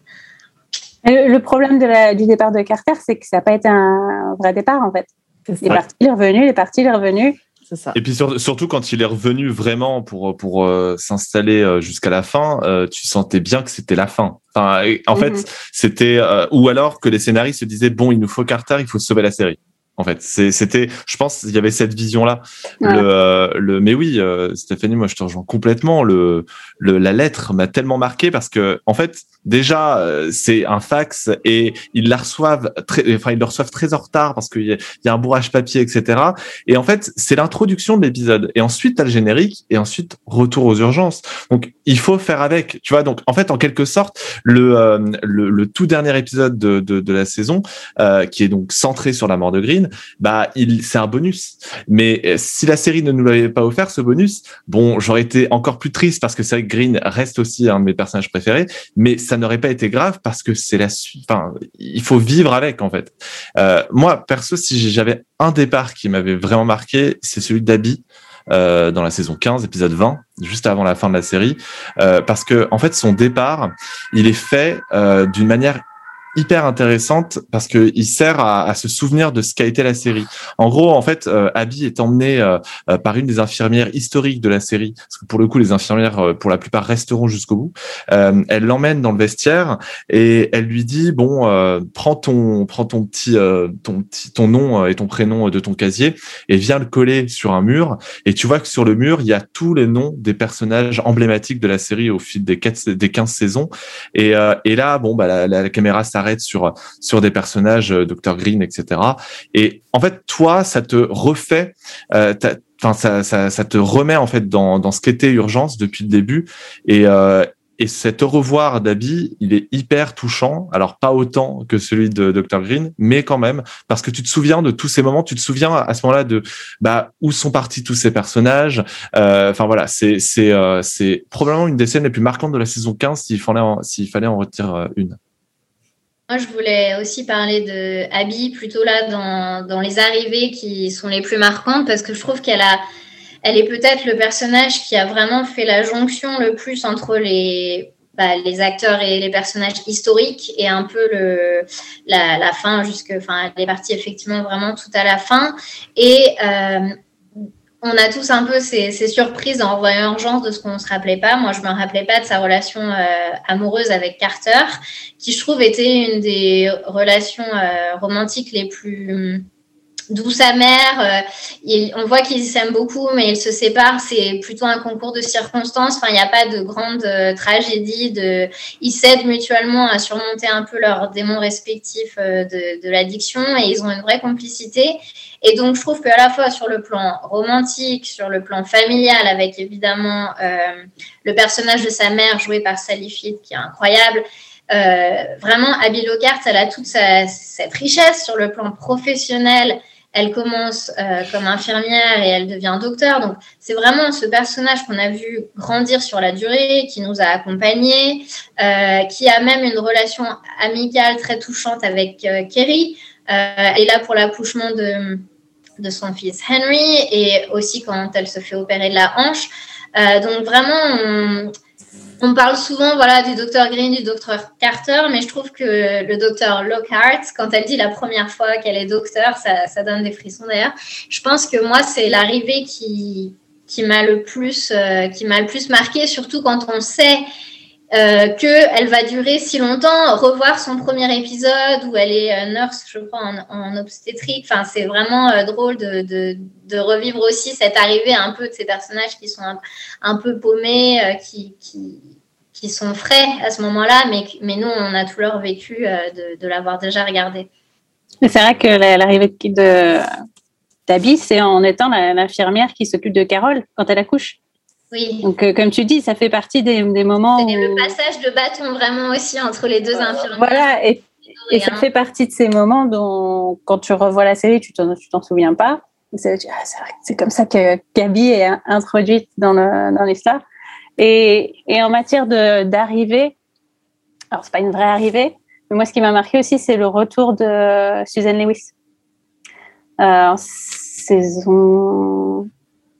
Speaker 11: Le, le problème de la, du départ de Carter, c'est que ça n'a pas été un vrai départ, en fait. Il est
Speaker 10: ouais.
Speaker 11: parti, il est revenu, il est parti, il est revenu.
Speaker 9: C'est ça.
Speaker 10: Et puis sur, surtout quand il est revenu vraiment pour pour euh, s'installer euh, jusqu'à la fin, euh, tu sentais bien que c'était la fin. Enfin, en mm-hmm. fait, c'était euh, ou alors que les scénaristes se disaient bon, il nous faut Carter, il faut sauver la série. En fait, c'est, c'était, je pense, il y avait cette vision-là. Ouais. Le, euh, le, mais oui, euh, Stéphanie, moi, je te rejoins complètement. Le, le, la lettre m'a tellement marqué parce que, en fait, déjà, euh, c'est un fax et ils la reçoivent très, enfin, ils le reçoivent très en retard parce qu'il y a, il y a un bourrage papier, et cetera. Et en fait, c'est l'introduction de l'épisode. Et ensuite, t'as le générique et ensuite, retour aux urgences. Donc, il faut faire avec, tu vois. Donc, en fait, en quelque sorte, le, euh, le, le tout dernier épisode de, de, de la saison, euh, qui est donc centré sur la mort de Greene, bah, il, c'est un bonus. Mais euh, si la série ne nous l'avait pas offert, ce bonus, bon, j'aurais été encore plus triste parce que c'est vrai que Greene reste aussi un de mes personnages préférés, mais ça n'aurait pas été grave parce que c'est la suite. Enfin, il faut vivre avec, en fait. Euh, moi, perso, si j'avais un départ qui m'avait vraiment marqué, c'est celui d'Abby. Euh, dans la saison quinze, épisode vingt, juste avant la fin de la série, euh, parce que en fait son départ, il est fait euh, d'une manière hyper intéressante parce que il sert à, à se souvenir de ce qu'a été la série. En gros, en fait, euh, Abby est emmenée euh, euh, par une des infirmières historiques de la série, parce que pour le coup, les infirmières, euh, pour la plupart, resteront jusqu'au bout. Euh, elle l'emmène dans le vestiaire et elle lui dit bon, euh, prends ton, prends ton petit, euh, ton petit, ton nom et ton prénom de ton casier et viens le coller sur un mur. Et tu vois que sur le mur, il y a tous les noms des personnages emblématiques de la série au fil des quatre, des quinze saisons. Et, euh, et là, bon, bah la, la, la caméra s'arrête sur sur des personnages, euh, docteur Greene, et cetera. Et en fait, toi, ça te refait, euh, enfin, ça, ça, ça te remet en fait dans dans ce qu'était Urgence depuis le début. Et euh, et cet au revoir d'Abby, il est hyper touchant. Alors pas autant que celui de docteur Greene, mais quand même parce que tu te souviens de tous ces moments. Tu te souviens à ce moment-là de bah où sont partis tous ces personnages. Euh, enfin voilà, c'est c'est euh, c'est probablement une des scènes les plus marquantes de la saison quinze s'il fallait en, s'il fallait en retirer une.
Speaker 8: Moi, je voulais aussi parler de Abby, plutôt là dans, dans les arrivées qui sont les plus marquantes, parce que je trouve qu'elle a, elle est peut-être le personnage qui a vraiment fait la jonction le plus entre les, bah, les acteurs et les personnages historiques et un peu le, la, la fin jusque, enfin, elle est partie effectivement vraiment tout à la fin. Et euh, on a tous un peu ces, ces surprises en voyant Urgence de ce qu'on ne se rappelait pas. Moi, je ne me rappelais pas de sa relation euh, amoureuse avec Carter, qui, je trouve, était une des relations euh, romantiques les plus douces amères. Euh, il, on voit qu'ils s'aiment beaucoup, mais ils se séparent. C'est plutôt un concours de circonstances. Enfin, il n'y a pas de grande euh, tragédie. De... Ils s'aident mutuellement à surmonter un peu leurs démons respectifs euh, de, de l'addiction et ils ont une vraie complicité. Et donc, je trouve qu'à la fois sur le plan romantique, sur le plan familial, avec évidemment euh, le personnage de sa mère joué par Sally Field, qui est incroyable, euh, vraiment, Abby Lockhart, elle a toute sa, cette richesse sur le plan professionnel. Elle commence euh, comme infirmière et elle devient docteur. Donc, c'est vraiment ce personnage qu'on a vu grandir sur la durée, qui nous a accompagnés, euh, qui a même une relation amicale très touchante avec euh, Kerry. Euh, elle est là pour l'accouchement de... de son fils Henry et aussi quand elle se fait opérer de la hanche. Euh, donc vraiment, on, on parle souvent voilà, du docteur Greene, du docteur Carter, mais je trouve que le docteur Lockhart, quand elle dit la première fois qu'elle est docteur, ça, ça donne des frissons d'ailleurs. Je pense que moi, c'est l'arrivée qui, qui, m'a, le plus, euh, qui m'a le plus marquée, surtout quand on sait euh, qu'elle va durer si longtemps. Revoir son premier épisode où elle est euh, nurse, je crois, en, en obstétrique. Enfin, c'est vraiment euh, drôle de, de, de revivre aussi cette arrivée un peu de ces personnages qui sont un, un peu paumés, euh, qui, qui, qui sont frais à ce moment-là, mais, mais nous, on a tout leur vécu euh, de, de l'avoir déjà regardé.
Speaker 11: Mais c'est vrai que l'arrivée de, de, d'Abby, c'est en étant la, l'infirmière qui s'occupe de Carole quand elle accouche.
Speaker 8: Oui.
Speaker 11: Donc, euh, comme tu dis, ça fait partie des, des moments
Speaker 8: c'est
Speaker 11: où...
Speaker 8: le passage de bâton vraiment aussi entre les deux infirmières.
Speaker 11: Voilà, et, et ça fait partie de ces moments dont, quand tu revois la série, tu t'en, tu t'en souviens pas. Et c'est, ah, c'est, vrai, c'est comme ça que qu'Abby est introduite dans, le, dans l'histoire. Et, et en matière de, d'arrivée, alors c'est pas une vraie arrivée, mais moi ce qui m'a marqué aussi, c'est le retour de Suzanne Lewis. Euh, en saison...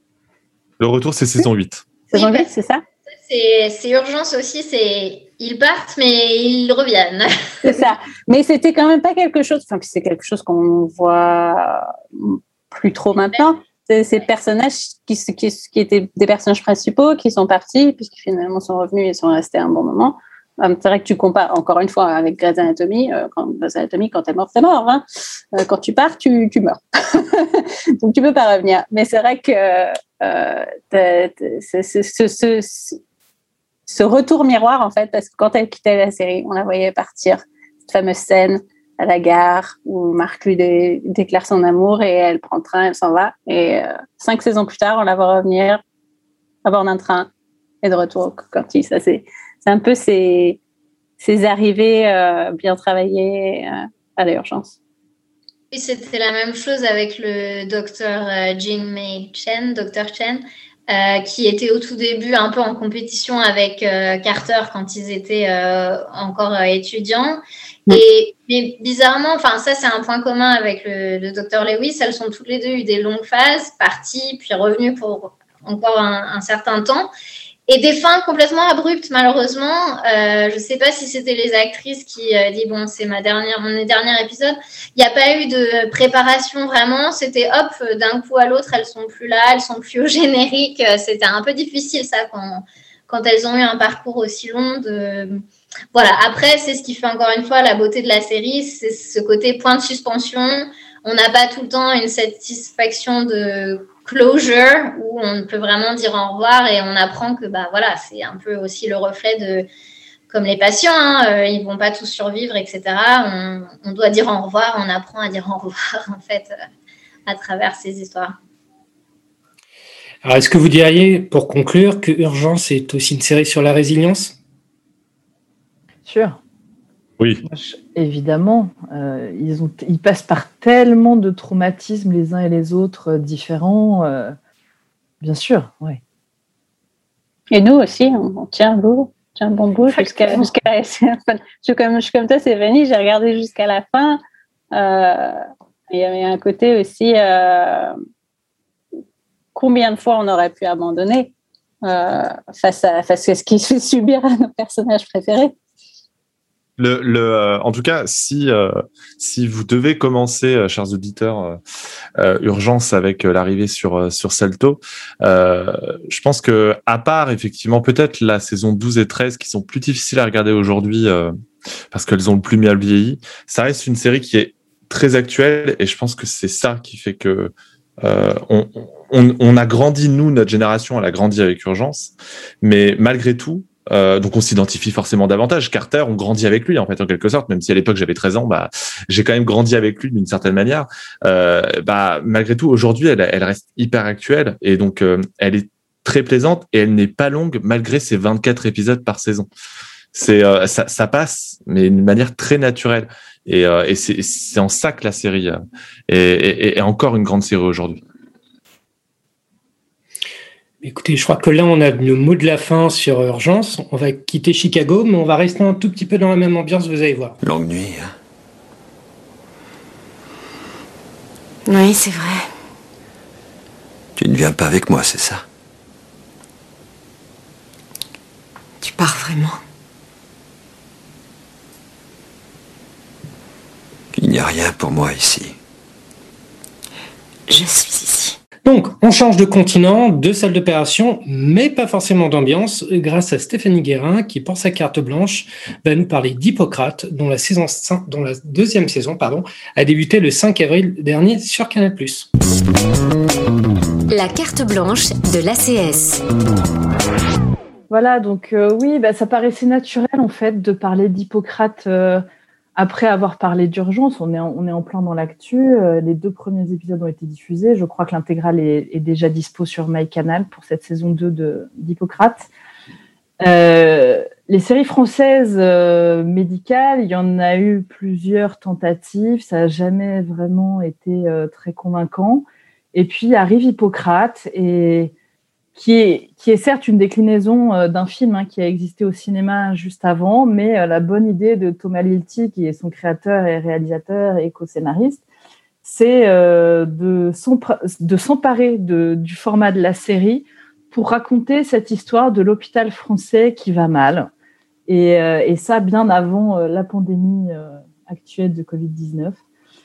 Speaker 10: Le retour, c'est saison huit.
Speaker 11: Saison huit, c'est ça?
Speaker 8: C'est, c'est Urgence aussi, c'est ils partent mais ils reviennent.
Speaker 11: C'est ça. Mais c'était quand même pas quelque chose, enfin c'est quelque chose qu'on voit plus trop maintenant. C'est ces personnages qui, qui, qui étaient des personnages principaux qui sont partis, puisqu'ils finalement sont revenus et sont restés un bon moment. C'est vrai que tu compares encore une fois avec Grey's Anatomy. Euh, quand Grey's Anatomy, quand t'es mort, t'es mort. Hein. Euh, quand tu pars, tu, tu meurs. Donc tu peux pas revenir. Mais c'est vrai que euh, t'as, t'as, ce, ce, ce, ce, ce retour miroir, en fait, parce que quand elle quittait la série, on la voyait partir. Cette fameuse scène à la gare où Marc lui dé- déclare son amour et elle prend le train, elle s'en va. Et euh, cinq saisons plus tard, on la voit revenir à bord d'un train et de retour au Cocktail. Ça, c'est, c'est un peu ces, ces arrivées euh, bien travaillées euh, à l'urgence.
Speaker 8: Oui, c'était la même chose avec le docteur euh, Jing Mei Chen, docteur Chen, euh, qui était au tout début un peu en compétition avec euh, Carter quand ils étaient euh, encore euh, étudiants. Et mais bizarrement, enfin ça c'est un point commun avec le, le docteur Lewis, elles sont toutes les deux eu des longues phases, parties puis revenues pour encore un, un certain temps, et des fins complètement abruptes malheureusement. Euh, je sais pas si c'était les actrices qui euh, disent bon c'est ma dernière mon dernier épisode. Il n'y a pas eu de préparation vraiment, c'était hop d'un coup à l'autre elles sont plus là, elles sont plus au générique. C'était un peu difficile ça quand quand elles ont eu un parcours aussi long de Voilà, après, c'est ce qui fait encore une fois la beauté de la série, c'est ce côté point de suspension. On n'a pas tout le temps une satisfaction de closure où on peut vraiment dire au revoir et on apprend que bah, voilà, c'est un peu aussi le reflet de, comme les patients, hein, euh, ils ne vont pas tous survivre, et cetera. On, on doit dire au revoir, on apprend à dire au revoir en fait euh, à travers ces histoires.
Speaker 7: Alors, est-ce que vous diriez, pour conclure, que Urgence est aussi une série sur la résilience ?
Speaker 9: Sûr.
Speaker 10: Oui.
Speaker 9: Évidemment, euh, ils, ont, ils passent par tellement de traumatismes les uns et les autres euh, différents. Euh, bien sûr, oui.
Speaker 11: Et nous aussi, on, on tient bon, tient bon bout jusqu'à, jusqu'à je, suis comme, je suis comme toi, Stéphanie, j'ai regardé jusqu'à la fin. Euh, il y avait un côté aussi, euh, combien de fois on aurait pu abandonner euh, face, à, face à ce qui se fait subir à nos personnages préférés.
Speaker 10: Le, le, euh, en tout cas, si euh, si vous devez commencer, euh, chers auditeurs, euh, euh, Urgence avec euh, l'arrivée sur euh, sur Salto, euh, je pense que à part effectivement peut-être la saison douze et treize qui sont plus difficiles à regarder aujourd'hui euh, parce qu'elles ont le plus mal vieilli, ça reste une série qui est très actuelle et je pense que c'est ça qui fait que euh, on, on on a grandi, nous, notre génération, elle a grandi avec Urgence, mais malgré tout. Euh, donc on s'identifie forcément davantage. Carter, on grandit avec lui en fait en quelque sorte, même si à l'époque j'avais treize ans, bah j'ai quand même grandi avec lui d'une certaine manière. Euh, bah malgré tout, aujourd'hui, elle, elle reste hyper actuelle et donc euh, elle est très plaisante et elle n'est pas longue malgré ses vingt-quatre épisodes par saison. C'est euh, ça, ça passe, mais d'une manière très naturelle et, euh, et c'est, c'est en ça que la série euh, est, est, est encore une grande série aujourd'hui.
Speaker 7: Écoutez, je crois que là, on a le mot de la fin sur Urgence. On va quitter Chicago, mais on va rester un tout petit peu dans la même ambiance, vous allez voir.
Speaker 2: Longue nuit, hein?
Speaker 13: Oui, c'est vrai.
Speaker 2: Tu ne viens pas avec moi, c'est ça?
Speaker 13: Tu pars vraiment?
Speaker 2: Il n'y a rien pour moi ici.
Speaker 13: Je suis ici.
Speaker 7: Donc, on change de continent, de salle d'opération, mais pas forcément d'ambiance, grâce à Stéphanie Guérin, qui, pour sa carte blanche, va nous parler d'Hippocrate, dont la, saison, dont la deuxième saison pardon, a débuté le cinq avril dernier sur Canal plus.
Speaker 4: La carte blanche de l'A C S.
Speaker 9: Voilà, donc euh, oui, bah, ça paraissait naturel en fait de parler d'Hippocrate euh, après avoir parlé d'urgence. On est en, on est en plein dans l'actu. Euh, les deux premiers épisodes ont été diffusés. Je crois que l'intégrale est, est déjà dispo sur MyCanal pour cette saison deux de, d'Hippocrate. Euh, les séries françaises euh, médicales, il y en a eu plusieurs tentatives. Ça n'a jamais vraiment été euh, très convaincant. Et puis arrive Hippocrate et qui est, qui est certes une déclinaison euh, d'un film hein, qui a existé au cinéma juste avant, mais euh, la bonne idée de Thomas Lilti, qui est son créateur et réalisateur et co-scénariste, c'est euh, de, s'empr- de s'emparer de, du format de la série pour raconter cette histoire de l'hôpital français qui va mal. Et, euh, et ça, bien avant euh, la pandémie euh, actuelle de covid dix-neuf.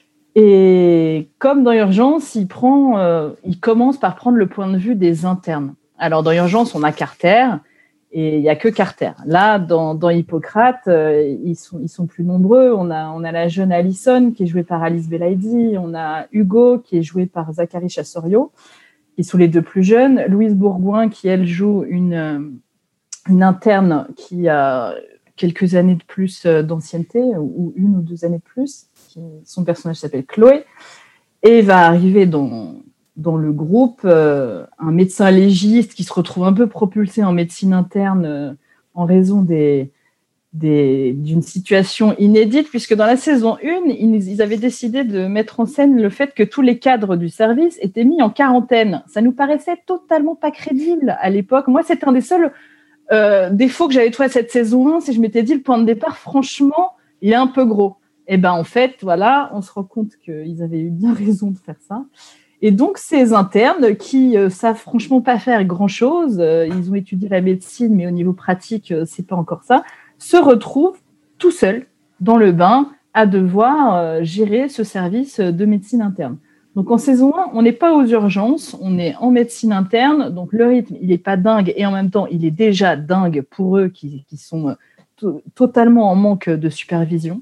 Speaker 9: Et comme dans Urgence, il, prend, euh, il commence par prendre le point de vue des internes. Alors, dans Urgence, on a Carter et il n'y a que Carter. Là, dans, dans Hippocrate, euh, ils, sont, ils sont plus nombreux. On a, on a la jeune Alison qui est jouée par Alice Belaïdi. On a Hugo qui est joué par Zachary Chassorio, qui sont les deux plus jeunes. Louise Bourgoin qui, elle, joue une, une interne qui a quelques années de plus d'ancienneté, ou une ou deux années de plus. Qui, son personnage s'appelle Chloé. Et va arriver dans... dans le groupe, euh, un médecin légiste qui se retrouve un peu propulsé en médecine interne euh, en raison des, des, d'une situation inédite, puisque dans la saison un, ils, ils avaient décidé de mettre en scène le fait que tous les cadres du service étaient mis en quarantaine. Ça nous paraissait totalement pas crédible à l'époque. Moi, c'était un des seuls euh, défauts que j'avais trouvé à cette saison un, c'est que je m'étais dit, le point de départ, franchement, il est un peu gros. Et ben en fait, voilà, on se rend compte qu'ils avaient eu bien raison de faire ça. Et donc, ces internes qui euh, savent franchement pas faire grand-chose, euh, ils ont étudié la médecine, mais au niveau pratique, euh, c'est pas encore ça, se retrouvent tout seuls dans le bain à devoir euh, gérer ce service de médecine interne. Donc, en saison un, on n'est pas aux urgences, on est en médecine interne, donc le rythme, il n'est pas dingue, et en même temps, il est déjà dingue pour eux qui, qui sont euh, to- totalement en manque de supervision.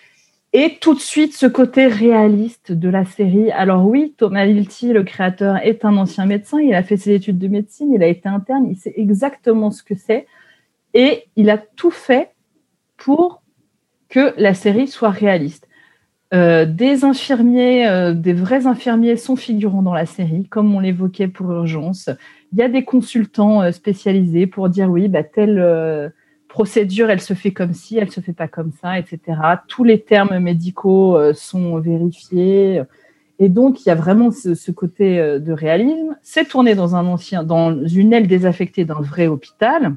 Speaker 9: Et tout de suite, ce côté réaliste de la série. Alors oui, Thomas Lilti, le créateur, est un ancien médecin. Il a fait ses études de médecine, il a été interne, il sait exactement ce que c'est. Et il a tout fait pour que la série soit réaliste. Euh, des infirmiers, euh, des vrais infirmiers sont figurants dans la série, comme on l'évoquait pour Urgence. Il y a des consultants euh, spécialisés pour dire oui, bah, tel... Euh, procédure, elle se fait comme ci, elle se fait pas comme ça, et cetera. Tous les termes médicaux euh, sont vérifiés. Et donc, il y a vraiment ce, ce côté euh, de réalisme. C'est tourné dans, un ancien, dans une aile désaffectée d'un vrai hôpital,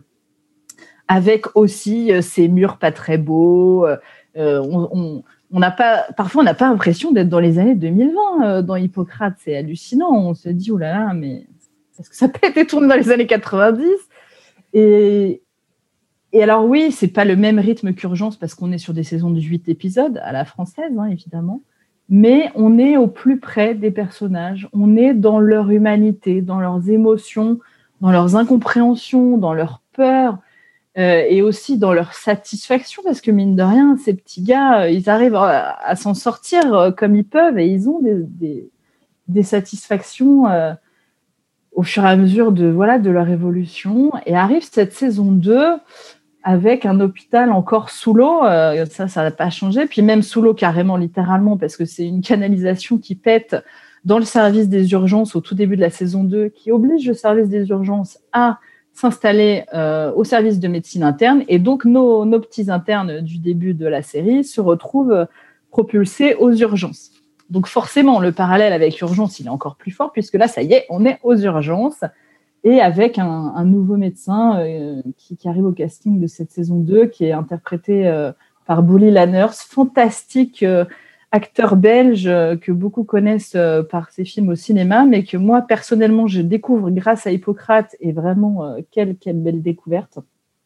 Speaker 9: avec aussi euh, ces murs pas très beaux. Euh, on, on, on n'a pas, parfois, on n'a pas l'impression d'être dans les années deux mille vingt euh, dans Hippocrate. C'est hallucinant. On se dit, oh là là, mais est-ce que ça peut être tourné dans les années quatre-vingt-dix ? Et Et alors oui, c'est pas le même rythme qu'Urgence parce qu'on est sur des saisons de huit épisodes à la française, hein, évidemment, mais on est au plus près des personnages, on est dans leur humanité, dans leurs émotions, dans leurs incompréhensions, dans leurs peurs euh, et aussi dans leur satisfaction parce que mine de rien, ces petits gars, ils arrivent à, à s'en sortir comme ils peuvent et ils ont des, des, des satisfactions euh, au fur et à mesure de, voilà, de leur évolution. Et arrive cette saison deux avec un hôpital encore sous l'eau, euh, ça, ça n'a pas changé. Puis même sous l'eau, carrément, littéralement, parce que c'est une canalisation qui pète dans le service des urgences au tout début de la saison deux, qui oblige le service des urgences à s'installer euh, au service de médecine interne. Et donc, nos, nos petits internes du début de la série se retrouvent propulsés aux urgences. Donc forcément, le parallèle avec Urgence, il est encore plus fort, puisque là, ça y est, on est aux urgences. Et avec un, un nouveau médecin euh, qui, qui arrive au casting de cette saison deux, qui est interprété euh, par Bouli Lanners, fantastique euh, acteur belge euh, que beaucoup connaissent euh, par ses films au cinéma, mais que moi, personnellement, je découvre grâce à Hippocrate, et vraiment, euh, quelle, quelle belle découverte.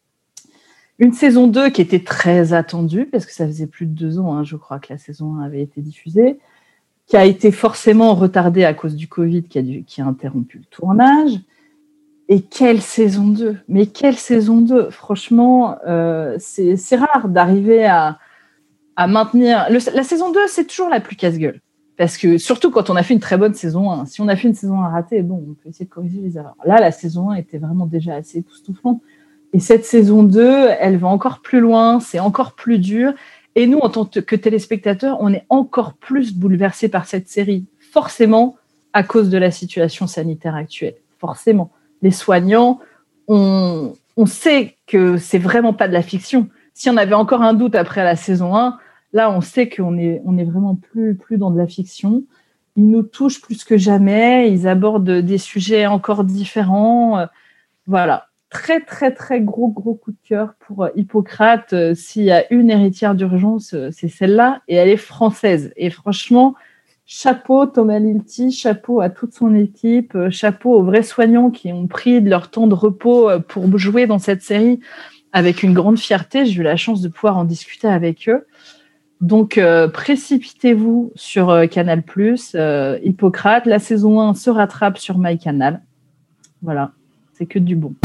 Speaker 9: Une saison deux qui était très attendue, parce que ça faisait plus de deux ans, hein, je crois, que la saison un avait été diffusée, qui a été forcément retardée à cause du Covid, qui a, dû, qui a interrompu le tournage. Et quelle saison deux! Mais quelle saison deux! Franchement, euh, c'est, c'est rare d'arriver à, à maintenir... Le, la saison deux, c'est toujours la plus casse-gueule. Parce que, surtout quand on a fait une très bonne saison un. Si on a fait une saison un ratée, bon, on peut essayer de corriger les erreurs. Là, la saison un était vraiment déjà assez époustouflante. Et cette saison deux, elle va encore plus loin, c'est encore plus dur. Et nous, en tant que téléspectateurs, on est encore plus bouleversés par cette série. Forcément, à cause de la situation sanitaire actuelle. Forcément. Les soignants, on, on sait que c'est vraiment pas de la fiction. Si on avait encore un doute après la saison un, là, on sait qu'on est, on est vraiment plus, plus dans de la fiction. Ils nous touchent plus que jamais. Ils abordent des sujets encore différents. Voilà. Très, très, très gros, gros coup de cœur pour Hippocrate. Euh, s'il y a une héritière d'urgence, euh, c'est celle-là. Et elle est française. Et franchement, chapeau Thomas Lilti, chapeau à toute son équipe, euh, chapeau aux vrais soignants qui ont pris de leur temps de repos euh, pour jouer dans cette série avec une grande fierté. J'ai eu la chance de pouvoir en discuter avec eux. Donc, euh, précipitez-vous sur euh, Canal+. Euh, Hippocrate, la saison un se rattrape sur MyCanal. Voilà. C'est que du bon.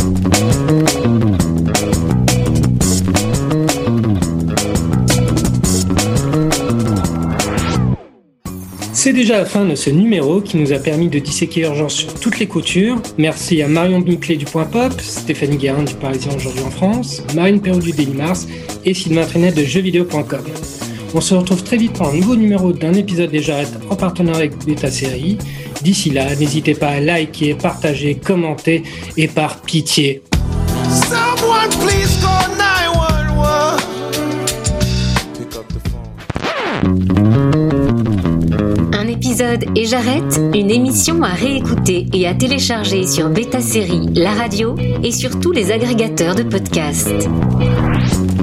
Speaker 7: C'est déjà la fin de ce numéro qui nous a permis de disséquer Urgence sur toutes les coutures. Merci à Marion Binclé du Point Pop, Stéphanie Guérin du Parisien Aujourd'hui en France, Marine Perrault du Daily Mars et Sylvain Trenet de jeux vidéo point com. On se retrouve très vite pour un nouveau numéro d'un épisode des Jarrettes en partenariat avec Beta Série. D'ici là, n'hésitez pas à liker, partager, commenter et par pitié. Someone please call nine one one. Pick up the phone.
Speaker 4: Un épisode et Jarrette, une émission à réécouter et à télécharger sur Beta Série, la radio et sur tous les agrégateurs de podcasts.